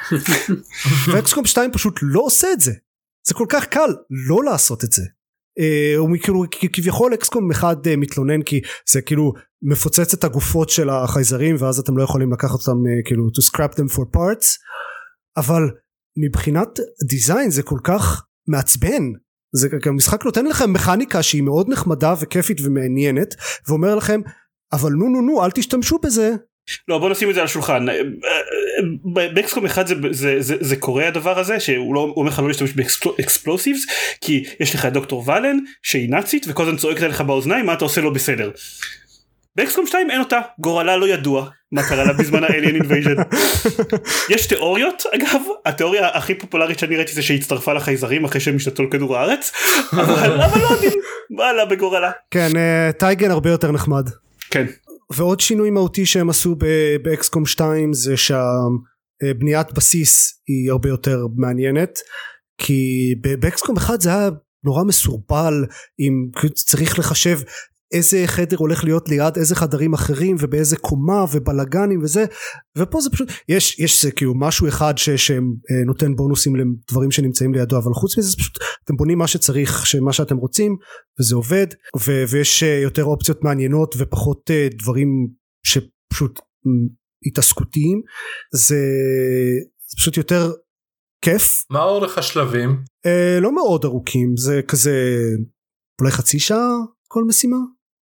ואקסקום שתיים פשוט לא עושה את זה, זה כל כך קל לא לעשות את זה. הוא כאילו כביכול אקסקום אחד מתלונן כי זה כאילו מפוצץ את הגופות של החייזרים ואז אתם לא יכולים לקחת אותם כאילו to scrap them for parts, אבל מבחינת דיזיין זה כל כך מעצבן. זה המשחק נותן לכם מכניקה שהיא מאוד נחמדה וכיפית ומעניינת ואומר לכם אבל נו נו נו אל תשתמשו בזה. לא, בוא נשים את זה על השולחן. באקסקום אחד זה, זה, זה, זה קורה הדבר הזה שהוא לא אומר לך לא להשתמש באקספלוסיבס כי יש לך דוקטור ולן שהיא נאצית וכל הזמן צועקת עליך באוזניים מה אתה עושה לא בסדר. באקסקום שתיים אין אותה, גורלה לא ידוע מה קרה לה בזמן האליין אינבייז'ן. יש תיאוריות, אגב, התיאוריה הכי פופולרית שאני ראיתי זה שהיא הצטרפה לחייזרים אחרי שהם השתלטו על כדור הארץ, אבל, אבל לא יודעים מה לה בגורלה. כן, טייגן הרבה יותר נחמד. כן. ועוד שינוי מהותי שהם עשו באקסקום שתיים זה שהבניית בסיס היא הרבה יותר מעניינת, כי באקסקום אחד זה היה נורא מסורבל, אם צריך לחשב איזה חדר הולך להיות ליד איזה חדרים אחרים ובאיזה קומה ובלגנים וזה, ופה זה פשוט יש יש זה כאילו משהו אחד שנותן בונוסים לדברים שנמצאים לידו, אבל חוץ מזה זה פשוט אתם בונים מה שצריך, שמה שאתם רוצים וזה עובד, ו- ויש יותר אופציות מעניינות ופחות דברים שפשוט התעסקותיים, זה, זה פשוט יותר כיף. מה אורך השלבים? אה, לא מאוד ארוכים, זה כזה אולי חצי שעה כל משימה,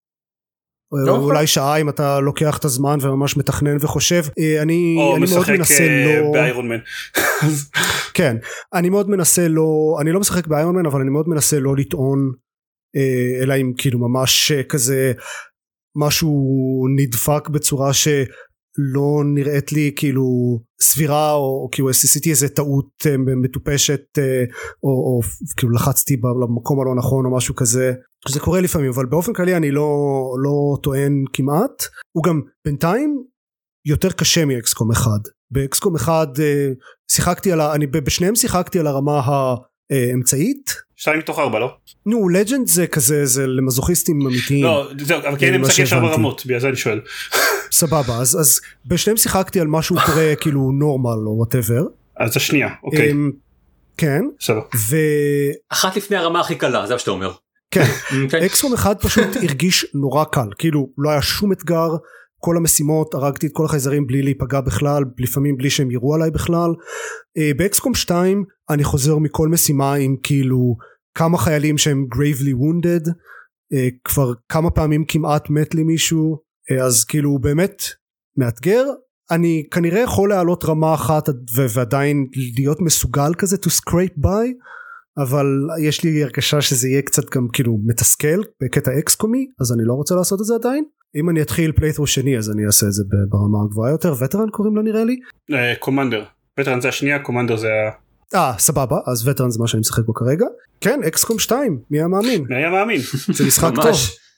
או אולי שעה אם אתה לוקח את הזמן וממש מתכנן וחושב. אני מאוד מנסה לא באיירון מן. כן, אני מאוד מנסה לא, אני לא משחק באיירון מן, אבל אני מאוד מנסה לא לטעון, אלא אם כאילו ממש כזה משהו נדפק בצורה שלא נראית לי כאילו סבירה, או כאילו עשיתי איזה טעות מטופשת, או כאילו לחצתי במקום הלא נכון או משהו כזה. זה קורה לפעמים, אבל באופן כללי אני לא, לא טוען כמעט. הוא גם בינתיים יותר קשה מאקסקום אחד. באקסקום אחד שיחקתי על, אני בשניהם שיחקתי על הרמה האמצעית. שתיים מתוך ארבע, לא? נו, לג'נד זה כזה, זה למזוכיסטים אמיתיים. לא, זהו, אבל כן, אני משחק יש ארבע רמות, בגלל זה אני שואל. סבבה, אז, אז בשניהם שיחקתי על משהו קורה כאילו נורמל או whatever. אז השנייה, אוקיי. כן. ו... אחת לפני הרמה הכי קלה, זה מה שאתה אומר. כן, אקסקום אחד פשוט הרגיש נורא קל, כאילו לא היה שום אתגר, כל המשימות, הרגתי את כל החייזרים בלי להיפגע בכלל, לפעמים בלי שהם יראו עליי בכלל. באקסקום שתיים אני חוזר מכל משימה עם כאילו כמה חיילים שהם gravely wounded, כבר כמה פעמים כמעט מת לי מישהו, אז כאילו באמת מאתגר. אני כנראה יכול לעלות רמה אחת ועדיין להיות מסוגל כזה to scrape by, אבל יש לי הרגשה שזה יהיה קצת גם כאילו מתסכל בקטע אקסקומי, אז אני לא רוצה לעשות את זה עדיין. אם אני אתחיל פליית'רו שני אז אני אעשה את זה ברמה הגבוהה יותר. וטרן קוראים לו נראה לי? קומנדר. וטרן זה השנייה, קומנדר זה ה... אה סבבה, אז וטרן זה מה שאני משחק בו כרגע. כן, אקסקום שתיים, מי היה מאמין? מי היה מאמין? זה משחק טוב.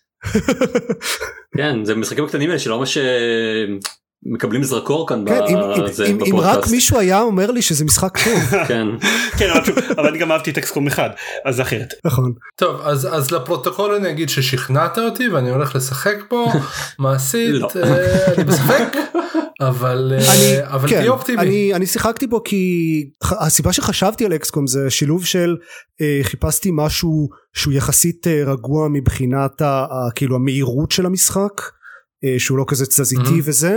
כן, זה משחקים הקטנים האלה שלא ממש מקבלים זרקור כאן בפודקאסט. אם רק מישהו היה אומר לי שזה משחק טוב. כן, אבל אני גם אהבתי את אקסקום אחד, אז זה אחרת. נכון. טוב, אז לפרוטוקול אני אגיד ששכנעת אותי ואני הולך לשחק פה, מעשית, אני בספק, אבל תהיה אופטימי. אני שיחקתי בו כי הסיבה שחשבתי על אקסקום זה שילוב של חיפשתי משהו שהוא יחסית רגוע מבחינת כאילו המהירות של המשחק, שהוא לא כזה תזזיתי וזה,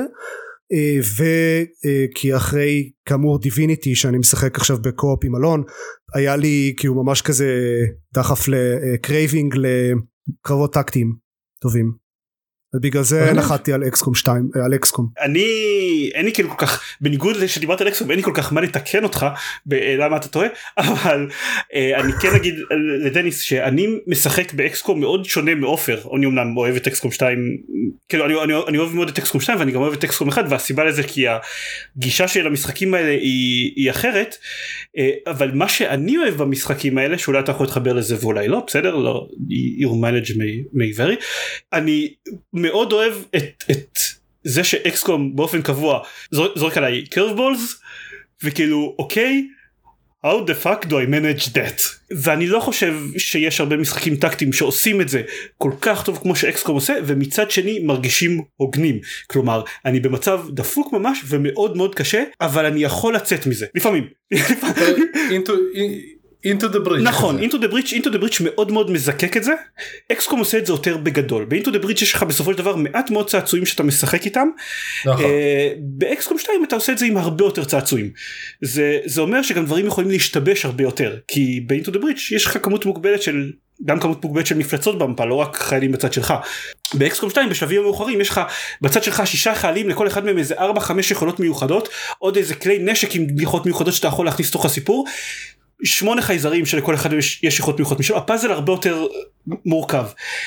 וכי אחרי כאמור דיביניטי שאני משחק עכשיו בקו-אופ עם אלון, היה לי כאילו ממש כזה דחף לקרייבינג לקרבות טקטיים טובים, ובגלל זה נחתי על אקסקום שתיים, על אקסקום. אני, אין לי כאילו כל כך, בניגוד שדיברת על אקסקום, אין לי כל כך מה לתקן אותך, למה אתה טועה, אבל אני כן אגיד לדניס, שאני משחק באקסקום מאוד שונה מאופר, אני אומנם אוהב את אקסקום שתיים, כאילו אני, אני, אני אוהב מאוד את אקסקום שתיים, ואני גם אוהב את אקסקום אחד, והסיבה לזה כי הגישה של המשחקים האלה היא, היא אחרת, אבל מה שאני אוהב במשחקים האלה, שאולי אתה יכול להתחבר לזה ואולי לא, בסדר, לא, you manage may, may vary, אני מאוד אוהב את, את זה שאקסקום באופן קבוע זורק עליי קרבבולס, וכאילו אוקיי, how the fuck do I manage that? ואני לא חושב שיש הרבה משחקים טקטיים שעושים את זה כל כך טוב כמו שאקסקום עושה, ומצד שני מרגישים הוגנים. כלומר, אני במצב דפוק ממש ומאוד מאוד קשה, אבל אני יכול לצאת מזה. לפעמים. into, into the bridge. נכון, into the bridge, into the bridge מאוד מאוד מזקק את זה. אקסקום עושה את זה יותר בגדול. ב-into the bridge יש לך בסופו של דבר מעט מאוד צעצועים שאתה משחק איתם. נכון. באקסקום שתיים אתה עושה את זה עם הרבה יותר צעצועים. זה, זה אומר שגם דברים יכולים להשתבש הרבה יותר. כי ב-into the bridge יש לך כמות מוגבלת של, גם כמות מוגבלת של מפלצות במפה, לא רק חיילים בצד שלך. באקסקום שתיים בשלבים המאוחרים יש לך בצד שלך שישה חיילים, לכל אחד מהם איזה ארבע חמש יכולות מיוחדות, עוד איזה כלי נשק עם יכולות מיוחדות שאתה יכול להכניס תוך הסיפור. שמונה חייזרים שלכל אחד יש, יש יכולות מיוחדות משלו, הפאזל הרבה יותר מורכב,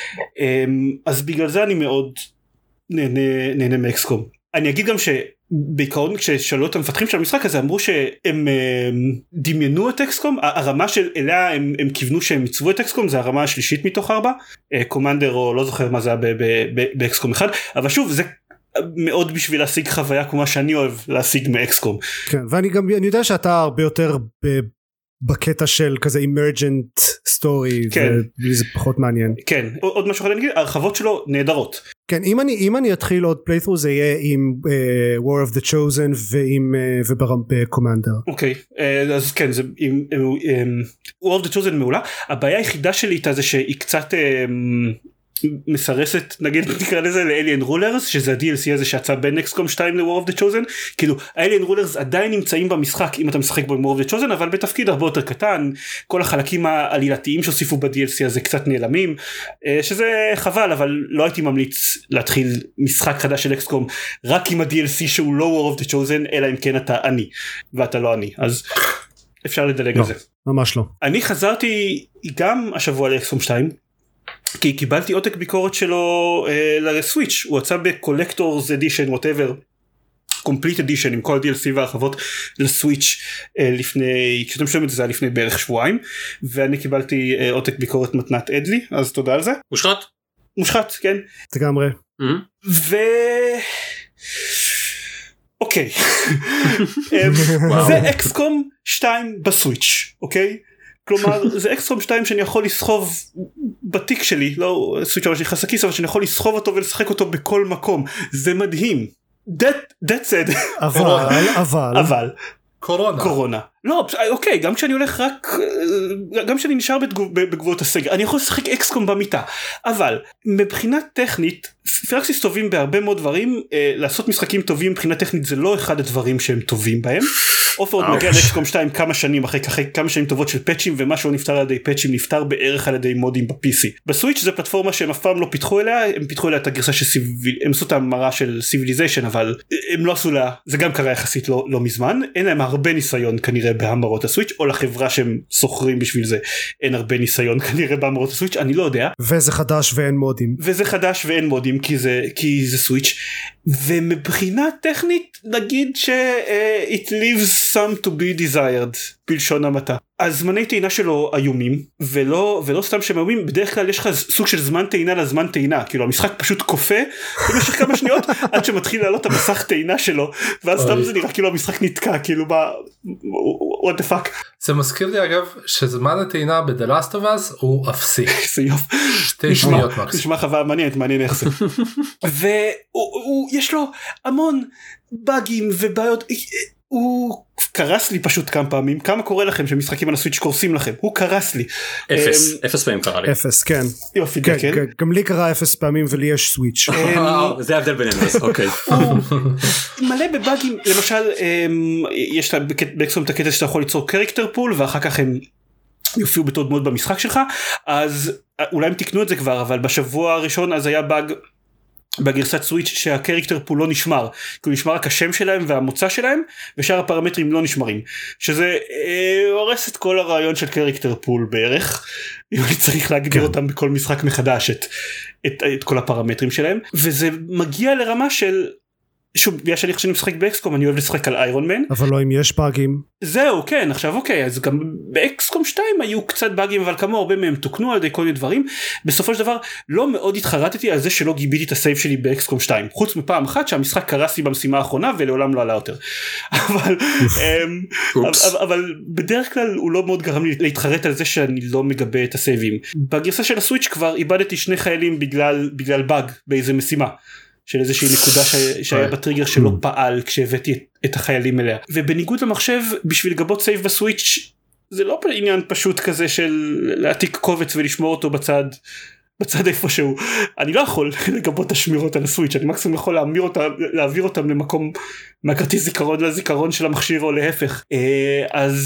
אז בגלל זה אני מאוד נהנה, נהנה מאקסקום. אני אגיד גם שבעיקרון כששאלו את המפתחים של המשחק הזה, אמרו שהם דמיינו את אקסקום, הרמה של אליה הם, הם כיוונו שהם מצוו את אקסקום, זה הרמה השלישית מתוך ארבע, קומנדר או לא זוכר מה זה היה באקסקום אחד, אבל שוב זה מאוד בשביל להשיג חוויה כמו שאני אוהב להשיג מאקסקום. כן, ואני גם אני יודע שאתה הרבה יותר ב... בקטע של כזה emergent story, כן. וזה פחות מעניין. כן, עוד משהו אחר אני אגיד, הרחבות שלו נהדרות. כן, אם אני, אם אני אתחיל עוד playthrough זה יהיה עם uh, War of the Chosen ועם uh, ובקומנדר. אוקיי, okay. uh, אז כן, זה עם, עם, עם War of the Chosen מעולה. הבעיה היחידה שלי איתה זה שהיא קצת um, מסרסת, נגיד נקרא לזה ל-Alien Rulers, שזה ה-די אל סי הזה שיצא בין אקסקום שתיים ל-War of the Chosen, כאילו ה-Alien Rulers עדיין נמצאים במשחק אם אתה משחק בו עם War of the Chosen, אבל בתפקיד הרבה יותר קטן, כל החלקים העלילתיים שהוסיפו ב-די אל סי הזה קצת נעלמים, שזה חבל, אבל לא הייתי ממליץ להתחיל משחק חדש של אקסקום רק עם ה-די אל סי שהוא לא War of the Chosen, אלא אם כן אתה אני, ואתה לא אני, אז אפשר לדלג לא, על זה. ממש לא. אני חזרתי גם השבוע ל-אקסקום שתיים, כי קיבלתי עותק ביקורת שלו אה, לסוויץ', הוא יצא בקולקטורס אדישן, whatever, complete edition עם כל ה-די אל סי והרחבות לסוויץ' אה, לפני, כשאתם שומעים את זה, זה היה לפני בערך שבועיים, ואני קיבלתי אה, עותק ביקורת מתנת אדלי, אז תודה על זה. מושחת? מושחת, כן. לגמרי. Mm-hmm. ו... אוקיי. זה אקסקום שתיים בסוויץ', אוקיי? כלומר זה אקסקום שתיים שאני יכול לסחוב בתיק שלי, לא סוויץ' אבל שנכנס לכיס, אבל שאני יכול לסחוב אותו ולשחק אותו בכל מקום, זה מדהים. That, that's it. אבל, אבל. אבל, קורונה. קורונה. לא, אוקיי, גם כשאני הולך רק, גם כשאני נשאר בגבולות הסגר, אני יכול לשחק אקסקום במיטה, אבל מבחינה טכנית, פירקסיס טובים בהרבה מאוד דברים, לעשות משחקים טובים מבחינה טכנית זה לא אחד הדברים שהם טובים בהם. אופרד מגיע לאקסקום שתיים כמה שנים אחרי, אחרי כמה שנים טובות של פאצ'ים, ומה שהוא נפטר על ידי פאצ'ים נפטר בערך על ידי מודים ב-פי סי. בסוויץ' זה פלטפורמה שהם אף פעם לא פיתחו אליה, הם פיתחו אליה את הגרסה של סיביל, הם עשו את המראה של סיביליזיישן, אבל הם לא עשו לה, זה גם קרה יחסית לא, לא מזמן, אין להם הרבה ניסיון כנראה בהמרות הסוויץ', או לחברה שהם סוחרים בשביל זה, אין הרבה ניסיון כנראה בהמרות הסוויץ', אני לא יודע. וזה חדש ואין מודים. וזה חדש ואין מודים, כי זה, כי זה סוויץ', ומבחינה טכנית נגיד ש uh, it leaves some to be desired בלשון המעטה. הזמני טעינה שלו איומים, ולא, ולא סתם שהם איומים, בדרך כלל יש לך סוג של זמן טעינה לזמן טעינה, כאילו המשחק פשוט קופה במשך כמה שניות עד שמתחיל לעלות המסך טעינה שלו, ואז סתם זה נראה כאילו המשחק נתקע, כאילו מה, what the fuck. זה מזכיר לי אגב שזמן הטעינה ב-The Last of Us הוא אפסי. זה יופ. שתי שניות מקס. נשמע חוויה מעניינת, מעניין איך זה. ויש לו המון באגים ובעיות, הוא קרס לי פשוט כמה פעמים. כמה קורה לכם שמשחקים על הסוויץ' קורסים לכם? הוא קרס לי. אפס, אפס פעמים קרה לי. אפס, כן. יופי, כן. גם לי קרה אפס פעמים ולי יש סוויץ'. זה ההבדל בינינו, אוקיי. מלא בבאגים, למשל, יש באקסקום את הקטע שאתה יכול ליצור קרקטר פול, ואחר כך הם יופיעו בתור דמות במשחק שלך, אז אולי הם תקנו את זה כבר, אבל בשבוע הראשון אז היה באג בגרסת סוויץ' שהקרקטר פול לא נשמר, כי הוא נשמר רק השם שלהם והמוצא שלהם, ושאר הפרמטרים לא נשמרים, שזה אה, הורס את כל הרעיון של קרקטר פול בערך, אם אני צריך להגדיר אותם בכל משחק מחדש, את, את, את כל הפרמטרים שלהם, וזה מגיע לרמה של, שוב, בגלל שאני חושב משחק באקסקום, אני אוהב לשחק על איירון מן. אבל לא אם יש באגים. זהו, כן, עכשיו אוקיי, אז גם באקסקום שתיים היו קצת באגים, אבל כמו הרבה מהם תוקנו על ידי כל מיני דברים. בסופו של דבר, לא מאוד התחרטתי על זה שלא גיביתי את הסייב שלי באקסקום שתיים, חוץ מפעם אחת שהמשחק קרס לי במשימה האחרונה, ולעולם לא עלה יותר. אבל, אבל בדרך כלל הוא לא מאוד גרם לי להתחרט על זה שאני לא מגבה את הסייבים. בגרסה של הסוויץ' כבר איבדתי שני חיילים בגלל, בגלל באג באיזה משימה. של איזושהי נקודה שהיה בטריגר שלא פעל כשהבאתי את החיילים אליה. ובניגוד למחשב, בשביל לגבות סייב בסוויץ' זה לא עניין פשוט כזה של להעתיק קובץ ולשמור אותו בצד, בצד איפשהו. אני לא יכול לגבות את השמירות על הסוויץ', אני מקסימום יכול להעביר אותם, להעביר אותם למקום מהכרטיס זיכרון לזיכרון של המכשיר או להפך. אז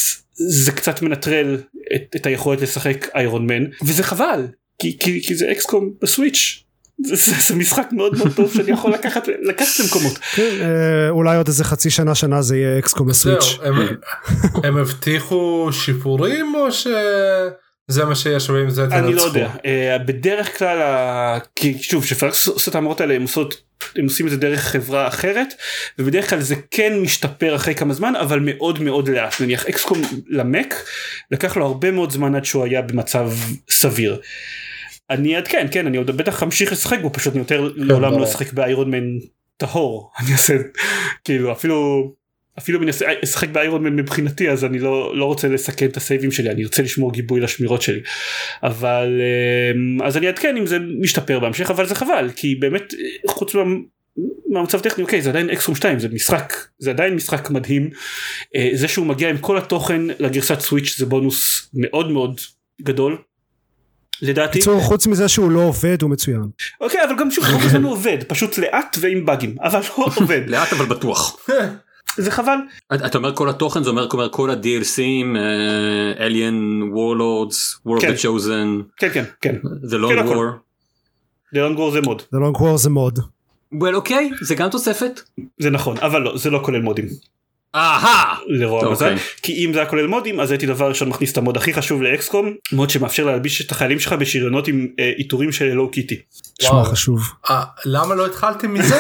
זה קצת מנטרל את, את היכולת לשחק איירון מן, וזה חבל, כי, כי, כי זה אקסקום בסוויץ'. זה, זה, זה משחק מאוד מאוד טוב שאני יכול לקחת, לקחת למקומות. כן, אולי עוד איזה חצי שנה שנה זה יהיה אקסקום לסוויץ'. הם, הם הבטיחו שיפורים או שזה מה שיש ועם זה תנצחו? אני לא יודע. בדרך כלל, כי שוב, שפרקס עושה את האמרות האלה, הם, עושות, הם עושים את זה דרך חברה אחרת, ובדרך כלל זה כן משתפר אחרי כמה זמן, אבל מאוד מאוד לאט. נניח אקסקום למק, לקח לו הרבה מאוד זמן עד שהוא היה במצב סביר. אני עד כן, כן, אני עוד בטח אמשיך לשחק בו, פשוט אני יותר לעולם לא לשחק באיירון מן טהור, אני אעשה, כאילו, אפילו, אפילו אני אשחק באיירון מן מבחינתי, אז אני לא, לא רוצה לסכן את הסייבים שלי, אני רוצה לשמור גיבוי לשמירות שלי, אבל, אז אני עד כן אם זה משתפר בהמשך, אבל זה חבל, כי באמת, חוץ מה, מהמצב טכני, אוקיי, זה עדיין אקסקום שתיים, זה משחק, זה עדיין משחק מדהים, זה שהוא מגיע עם כל התוכן לגרסת סוויץ' זה בונוס מאוד מאוד גדול, לדעתי. בצור, חוץ מזה שהוא לא עובד הוא מצוין. אוקיי, אבל גם שוב, הוא עובד, פשוט לאט ועם באגים, אבל לא עובד. לאט אבל בטוח. זה חבל. אתה אומר כל התוכן, זה אומר כל ה-די אל סים, Alien, Warlords, War of the Chosen. כן, כן, כן. The Long War. The Long War זה מוד. The Long War זה מוד. well, אוקיי, זה גם תוספת. זה נכון, אבל לא, זה לא כולל מודים. אהה! לרוע המזל, כי אם זה היה כולל מודים, אז הייתי דבר ראשון מכניס את המוד הכי חשוב לאקסקום, מוד שמאפשר להלביש את החיילים שלך בשריונות עם איתורים של אלו קיטי. שמע חשוב. למה לא התחלתם מזה?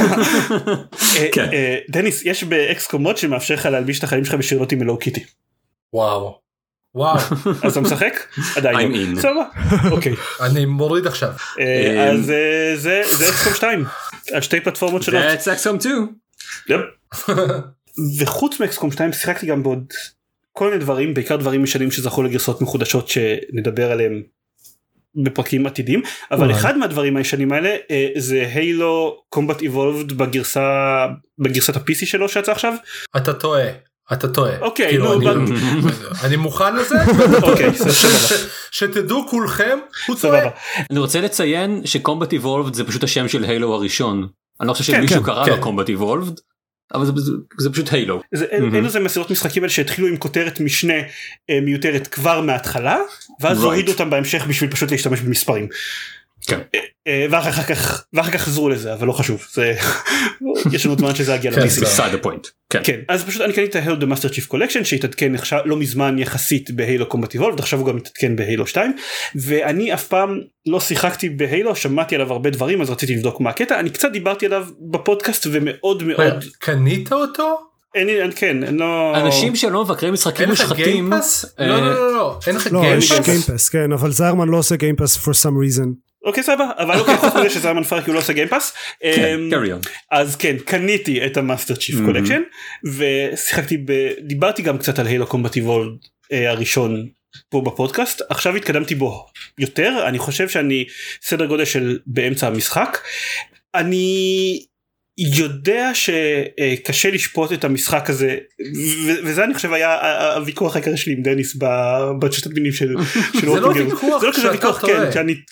דניס, יש באקסקום מוד שמאפשר לך להלביש את החיילים שלך בשריונות עם אלו קיטי. וואו. וואו. אז אתה משחק? עדיין. סבבה. אוקיי. אני מוריד עכשיו. אז זה אקסקום שתיים. על שתי פלטפורמות שונות. That's אקסקום שתיים. יפ. וחוץ מאקסקום שתיים שיחקתי גם בעוד כל מיני דברים, בעיקר דברים משנים שזכו לגרסות מחודשות שנדבר עליהם בפרקים עתידים, אבל אחד מהדברים הישנים האלה זה הילו קומבט איבולבד בגרסה בגרסת ה-פי סי שלו שיצא עכשיו. אתה טועה, אתה טועה. אוקיי, נו, אני מוכן לזה, שתדעו כולכם, הוא טועה. אני רוצה לציין שקומבט איבולבד זה פשוט השם של הילו הראשון, אני לא חושב שמישהו קרא לו קומבט איבולבד, אבל זה פשוט הילו. אלו זה מסעות משחקים האלה שהתחילו עם כותרת משנה מיותרת כבר מההתחלה, ואז הורידו אותם בהמשך בשביל פשוט להשתמש במספרים. ואחר כך ואחר כך חזרו לזה, אבל לא חשוב, יש לנו זמן שזה הגיע ל-פי סי. כן, אז פשוט אני קניתי את הילו דה מאסטר צ'יף קולקשן שהתעדכן לא מזמן יחסית בהילו קומבט איבולבד, עכשיו הוא גם התעדכן בהילו שתיים, ואני אף פעם לא שיחקתי בהילו, שמעתי עליו הרבה דברים, אז רציתי לבדוק מה הקטע, אני קצת דיברתי עליו בפודקאסט ומאוד מאוד... קנית אותו? אין, כן, לא... אנשים שלא מבקרים משחקים מושחתים... לא, לא, לא, לא, אין לך גיימפס? לא, יש גיימפס, כן, אבל זיירמן לא עושה גיימפס for some reason. אוקיי, סבבה, אבל אוקיי, חוץ מזה שזיירמן פארק הוא לא עושה גיימפס. כן, קריון. אז כן, קניתי את המאסטר צ'יף קולקשן, ושיחקתי, דיברתי גם קצת על הילו קומבט איבולבד הראשון פה בפודקאסט, עכשיו התקדמתי בו יותר, אני חושב שאני סדר גודל של באמצע המשחק, אני... יודע שקשה לשפוט את המשחק הזה, וזה אני חושב היה הוויכוח העיקרי שלי עם דניס בששת המינים של זה לא ויכוח שאתה טועה,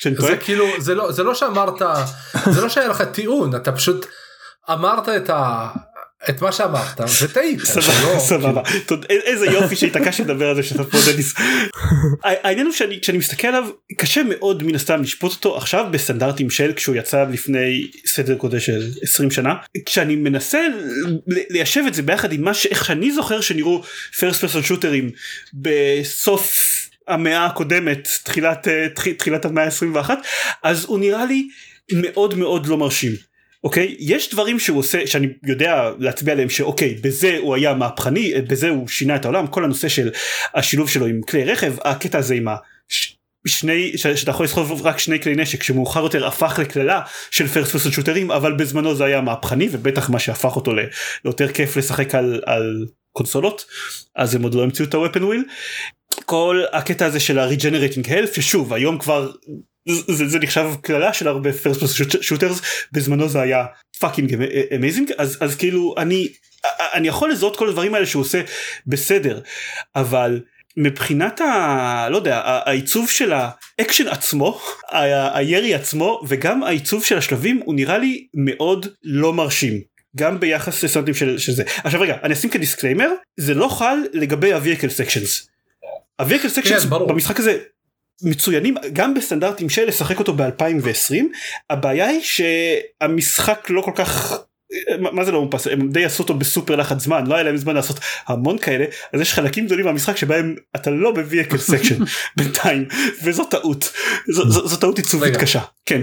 זה לא שאמרת, זה לא שהיה לך טיעון, אתה פשוט אמרת את ה... את מה שאמרת, וטעית. סבבה, איזה יופי שהתעקשתי לדבר על זה שאתה פה דניס. העניין הוא שאני מסתכל עליו, קשה מאוד מן הסתם לשפוט אותו עכשיו בסטנדרטים של כשהוא יצא לפני סדר גודל של עשרים שנה, כשאני מנסה ליישב את זה ביחד עם מה שאיך שאני זוכר שנראו first person שוטרים בסוף המאה הקודמת, תחילת, תחילת המאה ה-עשרים ואחת, אז הוא נראה לי מאוד מאוד לא מרשים. אוקיי, יש דברים שהוא עושה שאני יודע להצביע עליהם שאוקיי, בזה הוא היה מהפכני, בזה הוא שינה את העולם, כל הנושא של השילוב שלו עם כלי רכב, הקטע הזה עם השני, שאתה יכול לסחוב רק שני כלי נשק, שמאוחר יותר הפך לכללה של פרסט פרסט שוטרים, אבל בזמנו זה היה מהפכני, ובטח מה שהפך אותו ליותר כיף לשחק על, על קונסולות, אז הם עוד לא המציאו את ה-Weapon Wheel. כל הקטע הזה של ה-Regenerating Health, ששוב, היום כבר זה, זה נחשב כללה של הרבה first person shooters, בזמנו זה היה fucking amazing, אז, אז כאילו אני, אני יכול לזהות כל הדברים האלה שהוא עושה בסדר, אבל מבחינת ה... לא יודע, העיצוב של האקשן עצמו, הירי עצמו, וגם העיצוב של השלבים, הוא נראה לי מאוד לא מרשים. גם ביחס לסרטים של, של זה. עכשיו רגע, אני אשים כדיסקליימר, זה לא חל לגבי ה-vehicle sections. ה-vehicle sections במשחק הזה מצוינים, גם בסטנדרטים של לשחק אותו ב-אלפיים ועשרים, הבעיה היא שהמשחק לא כל כך... מה זה לא מופס? הם די עשו אותו בסופר לחץ זמן, לא היה להם זמן לעשות המון כאלה, אז יש חלקים גדולים במשחק שבהם אתה לא ב-vehicle section בינתיים, וזו טעות, זו טעות עיצובית קשה, כן.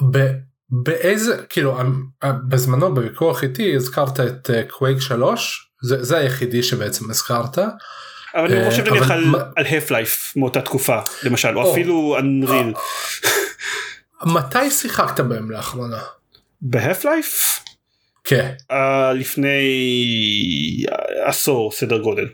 באיזה, כאילו, בזמנו בוויכוח איתי הזכרת את קווייק שלוש, זה היחידי שבעצם הזכרת. אבל אני חושב נניח על Half-Life מאותה תקופה, למשל, או אפילו Unreal. מתי שיחקת בהם לאחרונה? ב-Half-Life? כן. לפני עשור סדר גודל.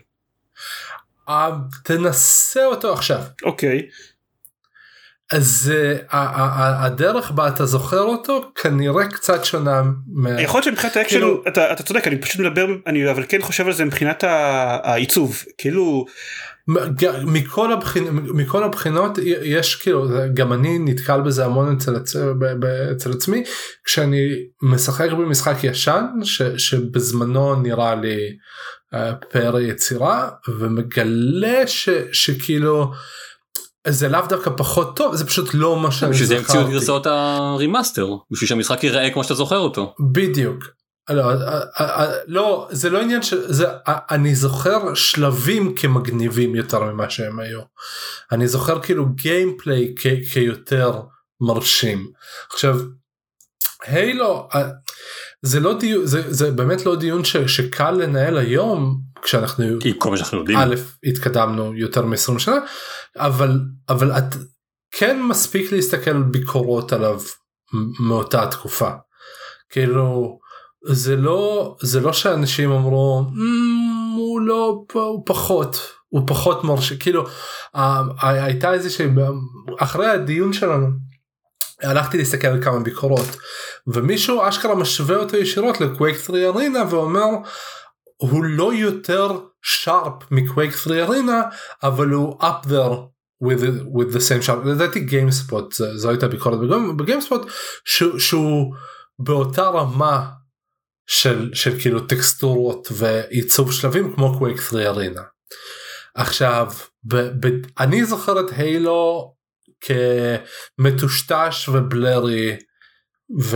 תנסה אותו עכשיו. אוקיי. אז הדרך בה אתה זוכר אותו כנראה קצת שונה. יכול להיות שמבחינת האקשן אתה צודק, אני פשוט מדבר, אני אבל כן חושב על זה מבחינת העיצוב, כאילו מכל הבחינות, מכל הבחינות יש כאילו, גם אני נתקל בזה המון אצל, אצל עצמי, כשאני משחק במשחק ישן ש, שבזמנו נראה לי פר יצירה, ומגלה ש, שכאילו זה לאו דווקא פחות טוב, זה פשוט לא מה שאני זכרתי. שזה המציאו את גרסאות הרימאסטר, בשביל שהמשחק ייראה כמו שאתה זוכר אותו. בדיוק. לא, לא, זה לא עניין שזה, אני זוכר שלבים כמגניבים יותר ממה שהם היו. אני זוכר כאילו גיימפליי כיותר מרשים. עכשיו, הילו, זה לא דיון, זה, זה באמת לא דיון ש, שקל לנהל היום, כשאנחנו, כל מה שאנחנו יודעים. א', התקדמנו יותר מ-עשרים שנה, אבל, אבל את כן מספיק להסתכל על ביקורות עליו מאותה תקופה. כאילו, זה לא, זה לא שאנשים אמרו, הוא לא, הוא פחות, הוא פחות מרשים, כאילו, הייתה איזושהי, אחרי הדיון שלנו, הלכתי להסתכל על כמה ביקורות, ומישהו אשכרה משווה אותו ישירות לקווייק שלוש ארינה, ואומר, הוא לא יותר sharp מקווייק תרי ארינה, אבל הוא up there with the, with the same sharp. לדעתי גיימספוט, זו הייתה ביקורת בגיימספוט, שהוא, שהוא באותה רמה של, של כאילו טקסטורות ועיצוב שלבים כמו קווייק תרי ארינה. עכשיו, ב, ב, אני זוכר את הילו כמטושטש ובלרי, ו,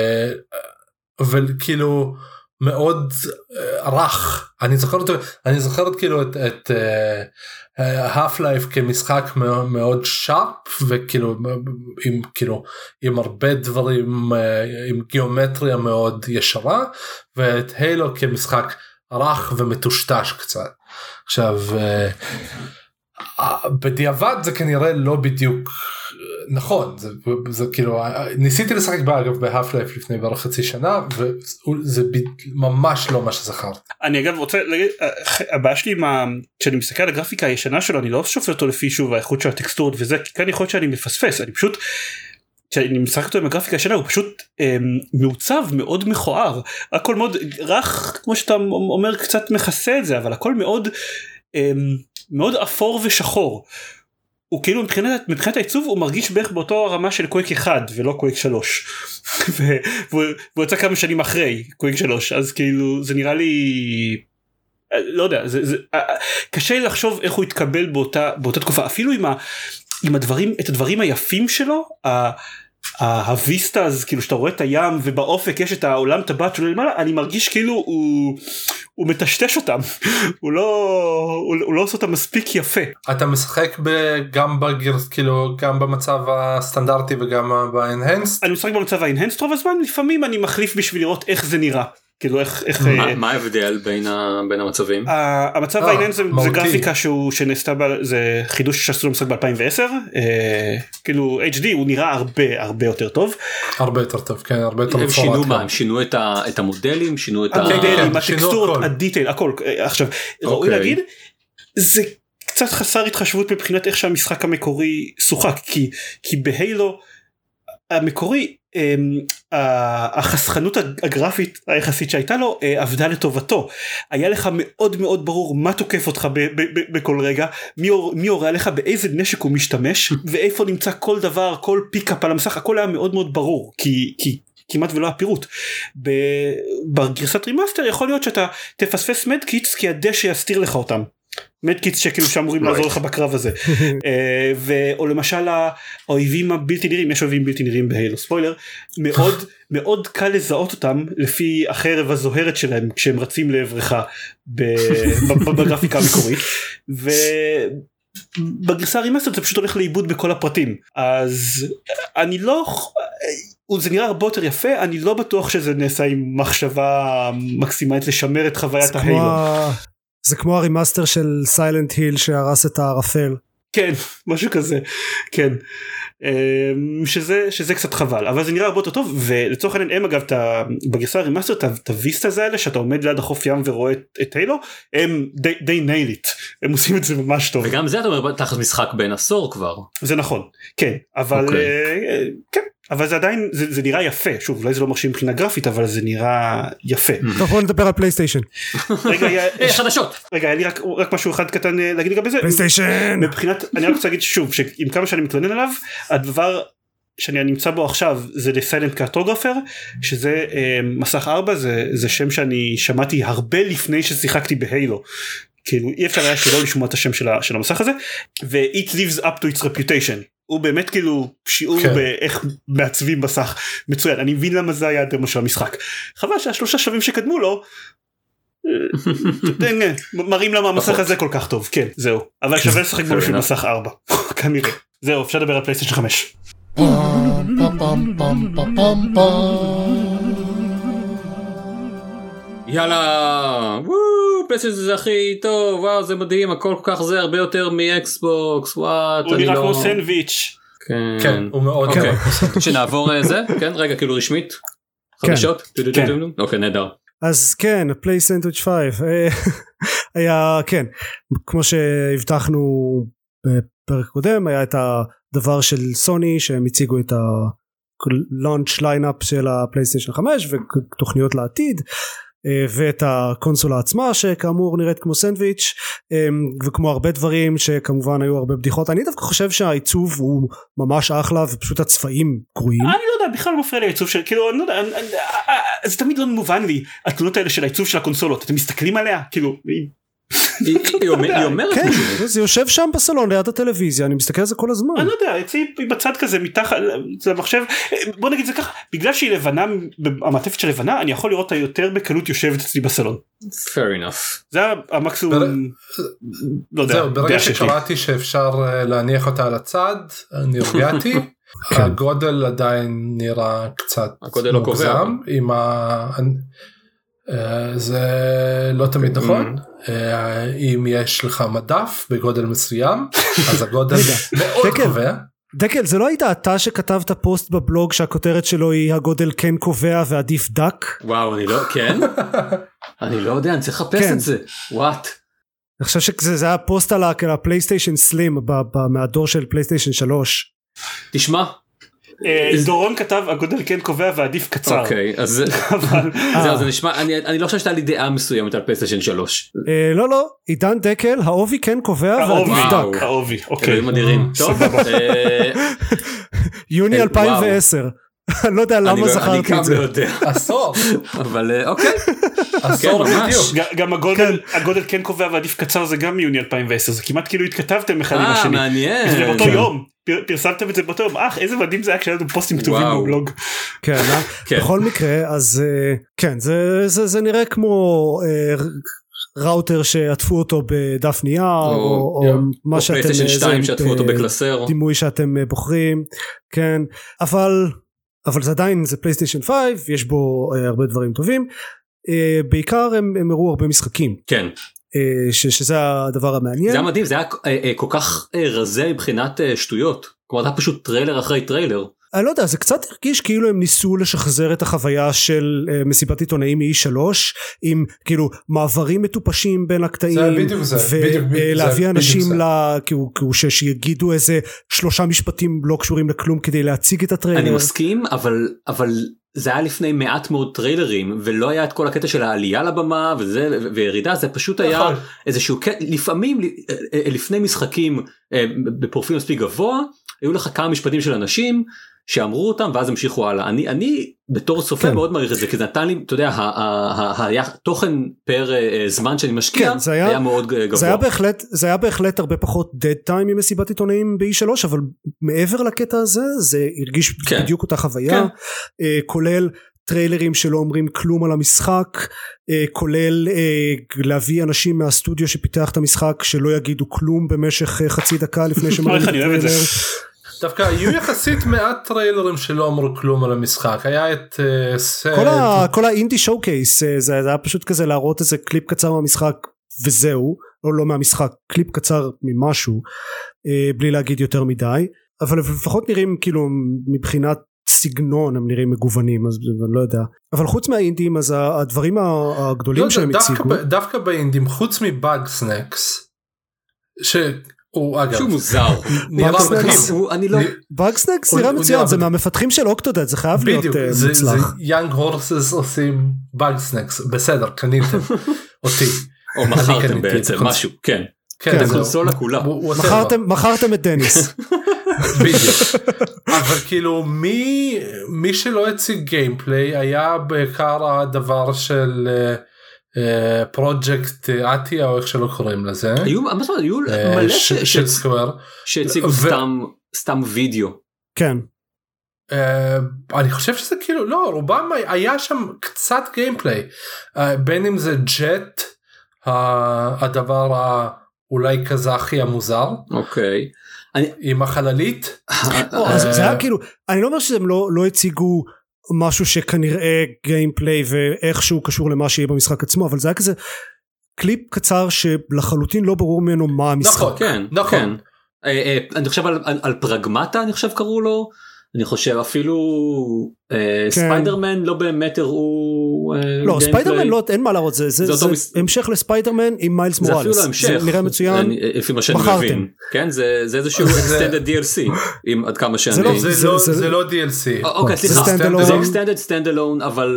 וכאילו מאוד uh, רך. אני זוכר אותו, אני זוכר את כאילו את, את uh, Half-Life כמשחק מאוד, מאוד שרפ, וכאילו עם כאילו עם הרבה דברים, uh, עם גיאומטריה מאוד ישרה, ואת הילו כמשחק רך ומטושטש קצת. עכשיו uh, בדיעבד זה כנראה לא בדיוק נכון, זה, זה כאילו, ניסיתי לשחק באגב בהאף-לייף לפני בערך חצי שנה, וזה ממש לא מה שזכרת. אני אגב רוצה להגיד, הבעיה שלי, כשאני מסתכל על הגרפיקה הישנה שלו, אני לא שופט אותו לפי שוב האיכות של הטקסטורות וזה, כי כאן יכול להיות שאני מפספס, אני פשוט, כשאני משחק אותו עם הגרפיקה הישנה, הוא פשוט אה, מעוצב מאוד מכוער, הכל מאוד רך, כמו שאתה אומר, קצת מכסה את זה, אבל הכל מאוד, אה, מאוד אפור ושחור. הוא כאילו מבחינת, מבחינת העיצוב הוא מרגיש בערך באותו הרמה של קווייק אחד ולא קווייק שלוש והוא יוצא כמה שנים אחרי קווייק שלוש, אז כאילו זה נראה לי לא יודע, זה, זה, קשה לחשוב איך הוא יתקבל באותה, באותה תקופה, אפילו עם, ה, עם הדברים, את הדברים היפים שלו, הוויסטה, אז כאילו שאתה רואה את הים ובאופק יש את העולם טבעת שלו למעלה, אני מרגיש כאילו הוא, הוא מטשטש אותם, הוא לא, הוא, הוא לא עושה אותם מספיק יפה. אתה משחק גם בגרס, כאילו גם במצב הסטנדרטי וגם ב-enhanced? אני משחק במצב ה-enhanced רוב הזמן, לפעמים אני מחליף בשביל לראות איך זה נראה. כאילו איך, איך מה ההבדל בין בין המצבים? המצב העניין זה גרפיקה שהוא שנעשתה, זה חידוש שעשו למשחק ב-אלפיים ועשר, כאילו אייץ' די הוא נראה הרבה הרבה יותר טוב, הרבה יותר טוב, כן, הרבה יותר הם שינו מה, הם שינו את המודלים, שינו את המודלים, הטקסטורות, הדיטייל, הכל. עכשיו ראוי להגיד, זה קצת חסר התחשבות מבחינת איך שהמשחק המקורי שוחק, כי כי בהילו המקורי החסכנות הגרפית היחסית שהייתה לו עבדה לטובתו, היה לך מאוד מאוד ברור מה תוקף אותך בכל רגע, מי הוראה לך באיזה נשק הוא משתמש ואיפה נמצא כל דבר, כל פיקאפ על המסך, הכל היה מאוד מאוד ברור, כי כי כמעט ולא הפירוט. בגרסת רימאסטר יכול להיות שאתה תפספס מדקיטס כי הדשא יסתיר לך אותם, מדקיטס שכאילו שאמורים לעזור לך בקרב הזה, או למשל האויבים הבלתי נראים, יש אויבים בלתי נראים בהילו, ספוילר, מאוד מאוד קל לזהות אותם לפי החרב הזוהרת שלהם כשהם רצים לעברך בגרפיקה המקורית, ובגרסה הרימאסטר זה פשוט הולך לאיבוד בכל הפרטים, אז אני לא, זה נראה הרבה יותר יפה, אני לא בטוח שזה נעשה עם מחשבה מקסימלית לשמר את חוויית ההילו. זה כמו הרימאסטר של סיילנט היל שהרס את הערפל. כן, משהו כזה, כן. שזה, שזה קצת חבל, אבל זה נראה הרבה יותר טוב, ולצורך העניין, הם אגב, בגרסה הרימאסטר, את הוויסטה האלה, שאתה עומד ליד החוף ים ורואה את הילו, הם די nail it, הם עושים את זה ממש טוב. וגם זה אתה אומר, תחת משחק בין עשור כבר. זה נכון, כן, אבל, כן. אבל זה עדיין, זה, זה נראה יפה, שוב, אולי זה לא מרשים מבחינה גרפית, אבל זה נראה יפה. טוב, בוא נדבר על פלייסטיישן. רגע, חדשות. רגע, היה לי רק, רק משהו אחד קטן להגיד לגבי זה. פלייסטיישן! מבחינת, אני רק רוצה להגיד שוב, שעם כמה שאני מתלונן עליו, הדבר שאני נמצא בו עכשיו, זה לסיילנט קרטוגרפר, שזה אה, מסך ארבע, זה, זה שם שאני שמעתי הרבה לפני ששיחקתי בהילו. כאילו, אי אפשר היה שלא לשמוע את השם של, ה, של המסך הזה, ו-it lives up to its reputation. הוא באמת כאילו שיעור כן. באיך מעצבים מסך מצוין, אני מבין למה זה היה הדמו של המשחק, חבל שהשלושה שלבים שקדמו לו מראים למה המסך הזה כל כך טוב, כן זהו, אבל שווה לשחק בו בשביל מסך ארבע כנראה. זהו, אפשר לדבר על פלייסטיישן חמש. יאללה, פלייסטיישן זה הכי טוב, וואו זה מדהים, הכל כל כך זה הרבה יותר מאקסבוקס, וואט, הוא נראה כמו סנדוויץ'. כן, הוא מאוד טוב. שנעבור זה, כן, רגע, כאילו רשמית, חדשות, אוקיי, נהדר. אז כן, פליי סנדוויץ' חמש, היה, כן, כמו שהבטחנו בפרק קודם, היה את הדבר של סוני, שהם הציגו את ה-launch line-up של הפלייסטיישן חמש, ותוכניות לעתיד, ואת הקונסולה עצמה שכאמור נראית כמו סנדוויץ', וכמו הרבה דברים שכמובן היו הרבה בדיחות. אני דווקא חושב שהעיצוב הוא ממש אחלה ופשוט הצבעים גרועים. אני לא יודע, בכלל לא מפריע לי העיצוב של, כאילו, אני לא יודע, זה תמיד לא מובן לי, התלונות האלה של העיצוב של הקונסולות, אתם מסתכלים עליה, כאילו, היא אומרת, כן, זה יושב שם בסלון ליד הטלוויזיה, אני מסתכל על זה כל הזמן. אני לא יודע, אצלי בצד כזה מתחת למחשב, בוא נגיד זה ככה, בגלל שהיא לבנה, המעטפת של לבנה, אני יכול לראות אותה יותר בקלות יושבת אצלי בסלון. Fair enough. זה המקסימום, לא יודע. זהו, ברגע שקראתי שאפשר להניח אותה על הצד, אני הרגעתי, הגודל עדיין נראה קצת מוגזם, עם ה... זה לא תמיד נכון, אם יש לך מדף בגודל מסוים אז הגודל מאוד קובע. דקל, זה לא היית אתה שכתבת פוסט בבלוג שהכותרת שלו היא הגודל כן קובע ועדיף דק? וואו, אני לא, כן? אני לא יודע, אני צריך לחפש את זה. וואט? אני חושב שזה היה פוסט על הפלייסטיישן סלים מהדור של פלייסטיישן שלוש. תשמע, דורון כתב הגודל כן קובע ועדיף קצר. אוקיי, אז זה נשמע, אני לא חושב שהייתה לי דעה מסוימת על פלייסטיישן שלוש. לא לא, עידן דקל, העובי כן קובע ועדיף דק. העובי, אוקיי. טוב, יוני אלפיים ועשר. אני לא יודע למה זכרתי את זה. עשור. אבל אוקיי. עשור בדיוק. גם הגודל כן קובע ועדיף קצר זה גם מיוני אלפיים ועשר, זה כמעט כאילו התכתבתם אחד עם השני. אה, מעניין. זה באותו יום. פרסמתם את זה באותו יום. אך, איזה מדהים זה היה כשהיינו פוסטים כתובים בבלוג. כן, בכל מקרה, אז כן, זה נראה כמו ראוטר שעטפו אותו בדף נייר, או מה שאתם... או פלייסטיישן שתיים שעטפו אותו בקלסר. דימוי שאתם בוחרים, כן. אבל... אבל זה עדיין, זה פלייסטיישן חמש, יש בו uh, הרבה דברים טובים, uh, בעיקר הם, הם הראו הרבה משחקים. כן. Uh, ש, שזה הדבר המעניין. זה היה מדהים, זה היה uh, uh, כל כך uh, רזה מבחינת uh, שטויות, כלומר זה היה פשוט טריילר אחרי טריילר. אני לא יודע, זה קצת הרגיש כאילו הם ניסו לשחזר את החוויה של uh, מסיבת עיתונאים מ-אי שלוש, עם כאילו מעברים מטופשים בין הקטעים, ולהביא אנשים לה, כאילו, כאילו שיגידו איזה שלושה משפטים לא קשורים לכלום כדי להציג את הטריילר. אני מסכים, אבל, אבל זה היה לפני מעט מאוד טריילרים, ולא היה את כל הקטע של העלייה לבמה וזה, וירידה, זה פשוט היה איזשהו, לפעמים לפני משחקים בפרופיל מספיק גבוה, היו לך כמה משפטים של אנשים, שאמרו אותם ואז המשיכו הלאה. אני, אני בתור צופה מאוד מעריך את זה, כי זה נתן לי, אתה יודע, התוכן פר זמן שאני משקיע, היה מאוד גבוה. זה היה בהחלט, זה היה בהחלט הרבה פחות dead time ממסיבת עיתונאים ב-אי שלוש, אבל מעבר לקטע הזה, זה הרגיש בדיוק אותה חוויה, כולל טריילרים שלא אומרים כלום על המשחק, כולל להביא אנשים מהסטודיו שפיתח את המשחק, שלא יגידו כלום במשך חצי דקה לפני שמראים את הטריילר. דווקא היו יחסית מעט טריילרים שלא אמרו כלום על המשחק, היה את כל האינדי שואו קייס, זה היה פשוט כזה להראות איזה קליפ קצר מהמשחק וזהו, או לא מהמשחק, קליפ קצר ממשהו, בלי להגיד יותר מדי, אבל לפחות נראים כאילו מבחינת סגנון הם נראים מגוונים, אז אני לא יודע, אבל חוץ מהאינדים אז הדברים הגדולים שהם הציגו, דווקא באינדים חוץ מבאג סנקס ש... שהוא מוזר. באגסנקס נראה מצוין, זה מהמפתחים של אוקטודד, זה חייב להיות מוצלח. יאנג הורסס עושים באגסנקס, בסדר, קניתם אותי. או מכרתם בעצם משהו, כן. כן, זה קונסולה כולה. מכרתם את דניס. בדיוק. אבל כאילו מי שלא הציג גיימפליי היה בעיקר הדבר של... פרויקט אתיה או איך שלא קוראים לזה, היו מלא שהציגו סתם וידאו. כן, אני חושב שזה כאילו לא, רובם היה שם קצת גיימפליי, בין אם זה ג'ט, הדבר האולי קזחי המוזר, אוקיי, עם החללית. זה היה כאילו, אני לא אומר שהם לא הציגו משהו שכנראה גיימפליי ואיכשהו קשור למה שיהיה במשחק עצמו, אבל זה היה כזה קליפ קצר שלחלוטין לא ברור ממנו מה המשחק. נכון, כן, נכון. אני חושב על פרגמטה, אני חושב קראו לו, אני חושב אפילו ספיידרמן לא באמת הראו גיימפליי. לא, ספיידרמן לא, אין מה להראות, זה המשך לספיידרמן עם מיילס מוראלס. זה אפילו לא המשך. זה נראה מצוין. לפי מה שאני מבין. כן, זה איזשהו extended די אל סי, עד כמה שאני... זה לא די אל סי. אוקיי, סליחה, זה extended stand alone, אבל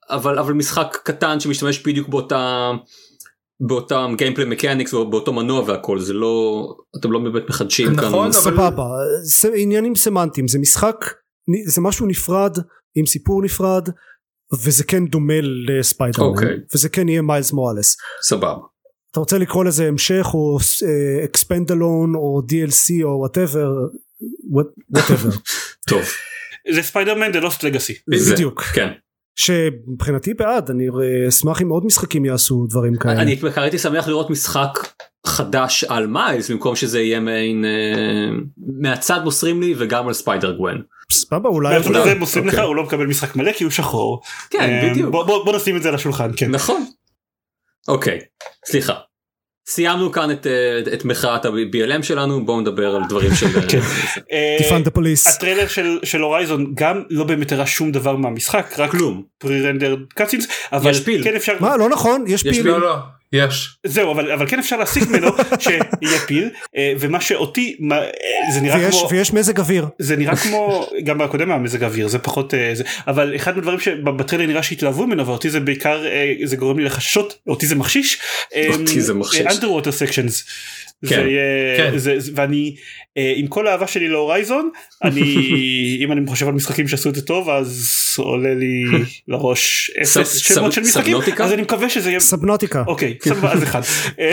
אבל אבל משחק קטן שמשתמש בדיוק באותה באותם גיימפליי מקניקס או באותו מנוע והכל, זה לא, אתם לא באמת מחדשים כאן. נכון, סבבה, עניינים סמנטיים, זה משחק, זה משהו נפרד עם סיפור נפרד, וזה כן דומה לספיידרמן, וזה כן יהיה מיילס מוראלס. סבבה. אתה רוצה לקרוא לזה המשך או אקספנדלון או די אל סי או whatever, whatever. טוב. זה ספיידרמן The Lost Legacy. בדיוק. כן. שמבחינתי בעד, אני אשמח אם עוד משחקים יעשו דברים כאלה. אני הייתי שמח לראות משחק חדש על מיילס, במקום שזה יהיה מעין מהצד מוסרים לי וגם על ספיידר גוון. סבבה, אולי זה מוסרים לך, הוא לא מקבל משחק מלא כי הוא שחור. כן, בדיוק. בוא נשים את זה על השולחן, כן. נכון. אוקיי, סליחה. סיימנו כאן את, את מחאת ה-בי אל אם שלנו, בואו נדבר על דברים של... Defund the police. הטריילר של, של הורייזון גם לא באמת הראה שום דבר מהמשחק, רק כלום. פרי-רנדר קאצינס, אבל כן אפשר... מה, לא נכון, יש פיל. לא, לא, יש. זהו, אבל, אבל כן אפשר להסיק ממנו שיהיה פיל, ומה שאותי, זה נראה ויש, כמו... ויש מזג אוויר. זה נראה כמו, גם בקודם מהמזג אוויר, זה פחות... זה, אבל אחד מהדברים שבטריילר נראה שהתלהבו ממנו, ואותי זה בעיקר, זה גורם לי לחששות, אותי זה מחשיש. אותי זה מחשיש. Underwater sections. כן, זה, כן. זה, ואני עם כל האהבה שלי להורייזון, אני אם אני חושב על משחקים שעשו את זה טוב, אז עולה לי לראש אפס שמות של משחקים, אז אני מקווה שזה יהיה סבנוטיקה. אוקיי, סבבה, אז אחד.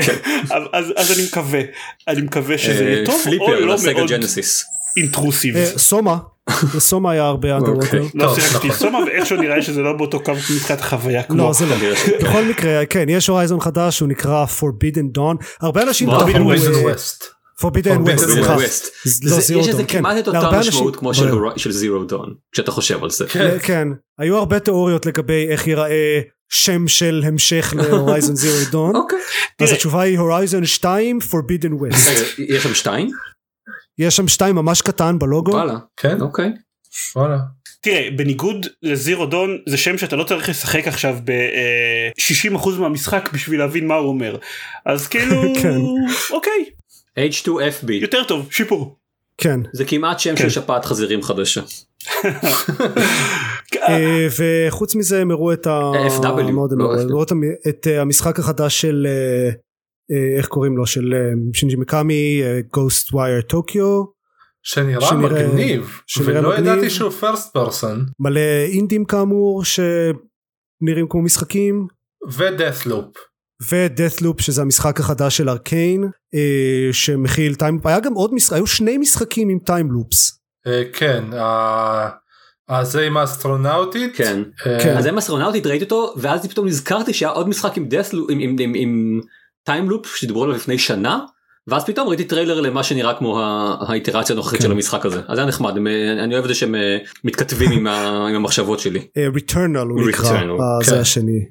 אז אני מקווה, אני מקווה שזה יהיה טוב, או לא מאוד אינטרוסיב. סומה, סומה היה הרבה אנדרוטר. לא שיחקתי סומה, ואיכשהו נראה שזה לא באותו קו מבחינת החוויה. לא, זה לא. בכל מקרה, כן, יש הורייזון חדש, הוא נקרא Forbidden Dawn. הרבה אנשים... Forbidden West. Forbidden West, סליחה. יש איזה כמעט את אותה משמעות כמו של Zero Dawn, כשאתה חושב על זה. כן, היו הרבה תיאוריות לגבי איך ייראה שם של המשך להורייזון Zero Dawn. אז התשובה היא הורייזון שתיים Forbidden West. יש שם שתיים? יש שם שתיים ממש קטן בלוגו. וואלה, כן, אוקיי. וואלה. תראה, בניגוד לזירו דון, זה שם שאתה לא צריך לשחק עכשיו ב-שישים אחוז מהמשחק בשביל להבין מה הוא אומר. אז כאילו, אוקיי. אייץ' טו אף בי. יותר טוב, שיפור. כן. זה כמעט שם של שפעת חזירים חדשה. וחוץ מזה הם הראו את המשחק החדש של... איך קוראים לו, של שינג'י מיקאמי, גוסט ווייר טוקיו, שנראה מגניב, ולא ידעתי שהוא פרסט פרסון. מלא אינדים כאמור, שנראים כמו משחקים. ודאת'לופ. ודאת'לופ, שזה המשחק החדש של ארקיין, שמכיל טיימלופ, היה גם עוד משחק, היו שני משחקים עם טיימלופס. כן, אז זה עם האסטרונאוטית. כן, אז זה עם האסטרונאוטית, ראיתי אותו, ואז פתאום נזכרתי שהיה עוד משחק עם דאת'לופ, עם... טיימלופ שדיברו עליו לפני שנה, ואז פתאום ראיתי טריילר למה שנראה כמו האיטרציה הנוכחית של המשחק הזה. אז זה נחמד, אני אוהב את זה שהם מתכתבים עם המחשבות שלי. Returnal הוא נקרא, זה השני.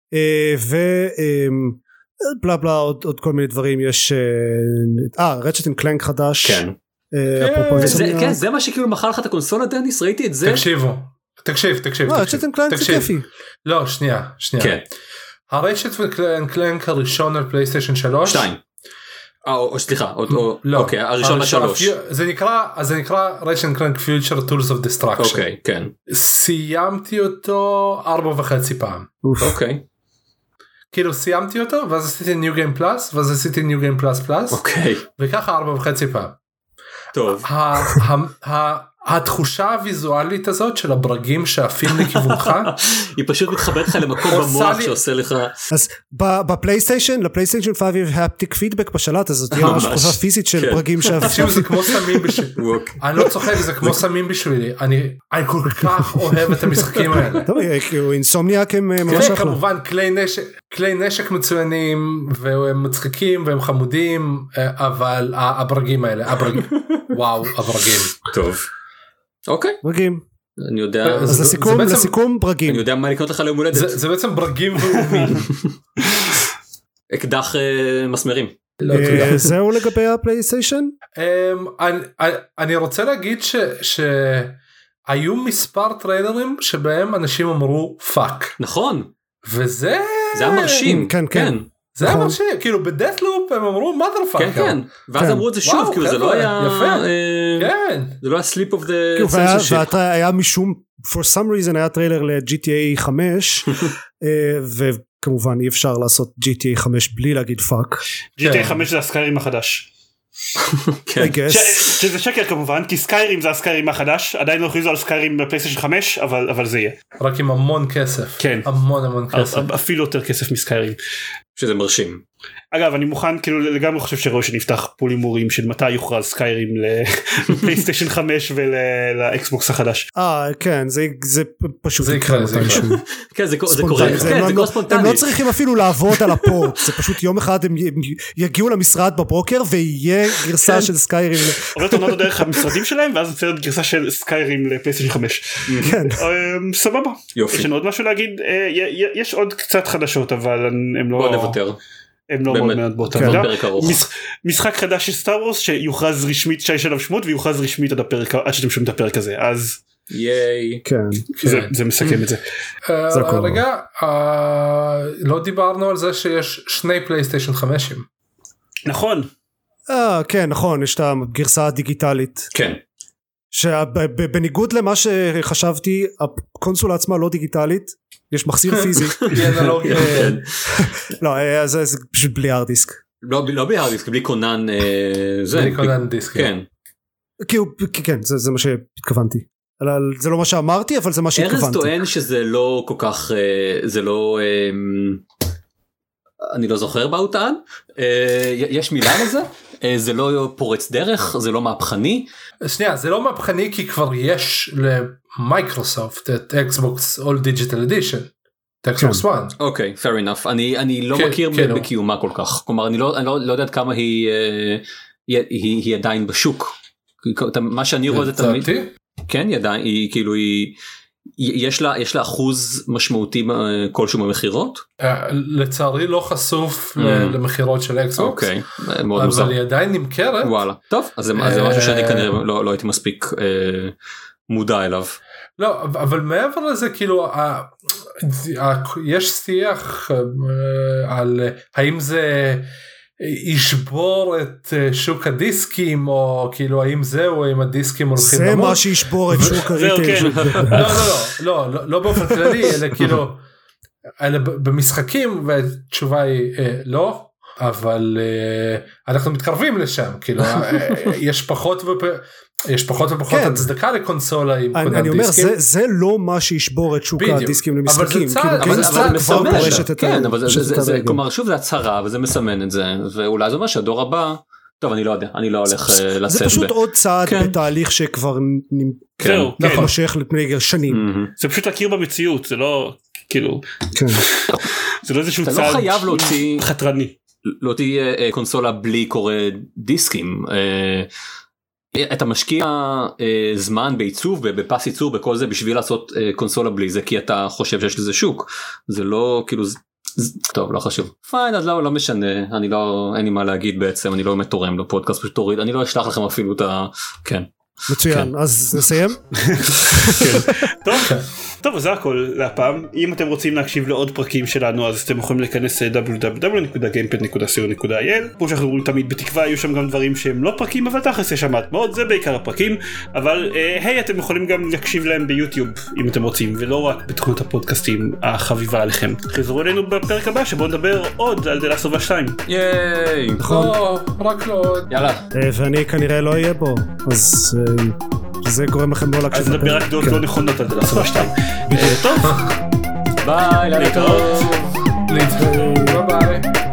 ובלה בלה עוד כל מיני דברים, יש אה רצ'ט אנד קלנק חדש. כן. כן, זה מה שכאילו מכר לך את הקונסולה דניס, ראיתי את זה. תקשיבו, תקשיב, תקשיב. רצ'ט אנד קלנק זה כיפי. לא, שנייה, שנייה. כן. הרשת וקלנק הראשון על פלייסטיישן שלוש? שתיים. או סליחה, אוקיי, הראשון לשלוש. זה נקרא, אז זה נקרא רשת וקלנק פיוטר טולס אוף דיסטרקשן. אוקיי, כן. סיימתי אותו ארבע וחצי פעם. אוקיי. כאילו סיימתי אותו, ואז עשיתי ניו גיים פלאס, ואז עשיתי ניו גיים פלאס פלאס. אוקיי. וככה ארבע וחצי פעם. טוב. התחושה הוויזואלית הזאת של הברגים שעפים לכיוונך היא פשוט מתחברת לך למקום במוח שעושה לך. אז בפלייסטיישן, לפלייסטיישן חמש יש הפטיק פידבק בשלט, אז זאת תהיה ממש תחושה פיזית של ברגים שעפים. זה כמו סמים בשבילי, אני לא צוחק, זה כמו סמים בשבילי, אני כל כך אוהב את המשחקים האלה. טוב, אינסומניאק הם ממש אחלה. כמובן כלי נשק מצוינים והם מצחיקים והם חמודים, אבל הברגים האלה, וואו, הברגים. טוב. אוקיי. ברגים. אני יודע. אז לסיכום, לסיכום ברגים. אני יודע מה לקנות לך ליום הולדת. זה בעצם ברגים ואומים. אקדח מסמרים. זהו לגבי הפלייסטיישן? אני רוצה להגיד שהיו מספר טריילרים שבהם אנשים אמרו פאק. נכון. וזה... זה היה מרשים. כן, כן. זה היה מרשים. כאילו בדאת'לופ והם אמרו motherfucker. כן כן, ואז אמרו את זה שוב, כאילו זה לא היה, כן, זה לא היה sleep of the censorship. והיה משום, for some reason היה טריילר ל-ג'י טי איי חמש, וכמובן אי אפשר לעשות ג'י טי איי חמש בלי להגיד פאק. ג'י טי איי חמש זה הסקיירים החדש. שזה שקר כמובן, כי סקיירים זה הסקיירים החדש, עדיין לא הכריזו על סקיירים בפלייסטיישן חמש, אבל זה יהיה. רק עם המון כסף. כן. המון המון כסף. אפילו יותר כסף מסקיירים. שזה מרשים. אגב, אני מוכן, כאילו, לגמרי חושב שראוי שנפתח פול הימורים של מתי יוכרז סקיירים לפלייסטיישן חמש ולאקסבוקס החדש. אה, כן, זה פשוט זה יקרה, זה יקרה. כן, זה קורה, זה קורה ספונטנית. הם לא צריכים אפילו לעבוד על הפורט, זה פשוט יום אחד הם יגיעו למשרד בבוקר ויהיה גרסה של סקיירים. עוברת עונות דרך המשרדים שלהם, ואז נצטרך גרסה של סקיירים לפלייסטיישן חמש. כן. סבבה. יופי. יש לנו עוד משהו להגיד, יש עוד קצת חדשות, אבל הם לא... בוא נוותר. הם לא מאוד מאוד באותה מידה. משחק חדש של סטאר וורס שיוכרז רשמית שיש עליו שמות ויוכרז רשמית עד הפרק, עד שאתם שומעים את הפרק הזה, אז ייי. כן. זה מסכם את זה. רגע, לא דיברנו על זה שיש שני פלייסטיישן חמשים. נכון. אה, כן, נכון, יש את הגרסה הדיגיטלית. כן. שבניגוד למה שחשבתי, הקונסולה עצמה לא דיגיטלית, יש מחסיר פיזי. לא, זה פשוט בלי הארד דיסק. לא בלי הארד דיסק, בלי קונן. בלי קונן דיסק. כן. כן, זה מה שהתכוונתי. זה לא מה שאמרתי, אבל זה מה שהתכוונתי. ארז טוען שזה לא כל כך, זה לא, אני לא זוכר מה הוא טען, יש מילה לזה? זה לא פורץ דרך, זה לא מהפכני. שנייה, זה לא מהפכני כי כבר יש למייקרוסופט את Xbox All Digital Edition, את Xbox One. אוקיי, fair enough. אני לא מכיר בקיומה כל כך. כלומר, אני לא יודע כמה היא עדיין בשוק. מה שאני רואה זה תמיד. כן, היא כאילו היא... יש לה, יש לה אחוז משמעותי כלשהו במחירות? לצערי לא חשוף למחירות של אקסבוקס, אבל היא עדיין נמכרת. וואלה, טוב, אז זה משהו שאני כנראה לא הייתי מספיק מודע אליו. לא, אבל מעבר לזה כאילו יש שיח על האם זה ישבור את שוק הדיסקים, או כאילו האם זהו, האם הדיסקים הולכים למות. זה מה שישבור את שוק הריטייל. לא, לא, לא, לא באופן כללי, אלא כאילו, אלא במשחקים, והתשובה היא לא, אבל אנחנו מתקרבים לשם, כאילו, יש פחות יש פחות ופחות הצדקה לקונסולה עם קונן דיסקים. אני אומר, זה לא מה שישבור את שוק הדיסקים למשחקים. אבל זה מסמן, כן, אבל זה, כלומר, שוב זה הצהרה, וזה מסמן את זה, ואולי זה אומר שהדור הבא, טוב, אני לא יודע, אני לא הולך לצאת. זה פשוט עוד צעד בתהליך שכבר נמשך לפני שנים. זה פשוט להכיר במציאות, זה לא, כאילו, זה לא איזשהו צעד חתרני. אתה לא חייב להוציא, לא תהיה קונסולה בלי קורא דיסקים, אתה משקיע אה, זמן בעיצוב, בפס ייצור, בכל זה, בשביל לעשות אה, קונסולה בלי זה, כי אתה חושב שיש לזה שוק. זה לא, כאילו, זה, זה, טוב, לא חשוב. פיין, אז לא, לא משנה, אני לא, אין לי מה להגיד בעצם, אני לא באמת תורם לפודקאסט, פשוט תוריד, אני לא אשלח לכם אפילו את ה... כן. מצוין, אז נסיים? טוב, טוב, אז זה הכל להפעם. אם אתם רוצים להקשיב לעוד פרקים שלנו, אז אתם יכולים להיכנס ל-דאבליו דאבליו דאבליו נקודה גיימפד נקודה סי או נקודה איי אל. כמו שאנחנו אומרים תמיד, בתקווה יהיו שם גם דברים שהם לא פרקים, אבל תכלס יש שם מעט מאוד, זה בעיקר הפרקים. אבל היי, אתם יכולים גם להקשיב להם ביוטיוב אם אתם רוצים, ולא רק בתוכנות הפודקאסטים החביבה עליכם. חזרו אלינו בפרק הבא שבו נדבר עוד על The Last of Us שתיים. ייי, לא, רק לא עוד. יאללה. ואני כנראה לא אהיה בו, אז זה גורם לכם לא להקשיב. אז נדבר רק דעות לא נכונות על The Last of Us שתיים. טוב, ביי, להתראות. להתראות. ביי ביי.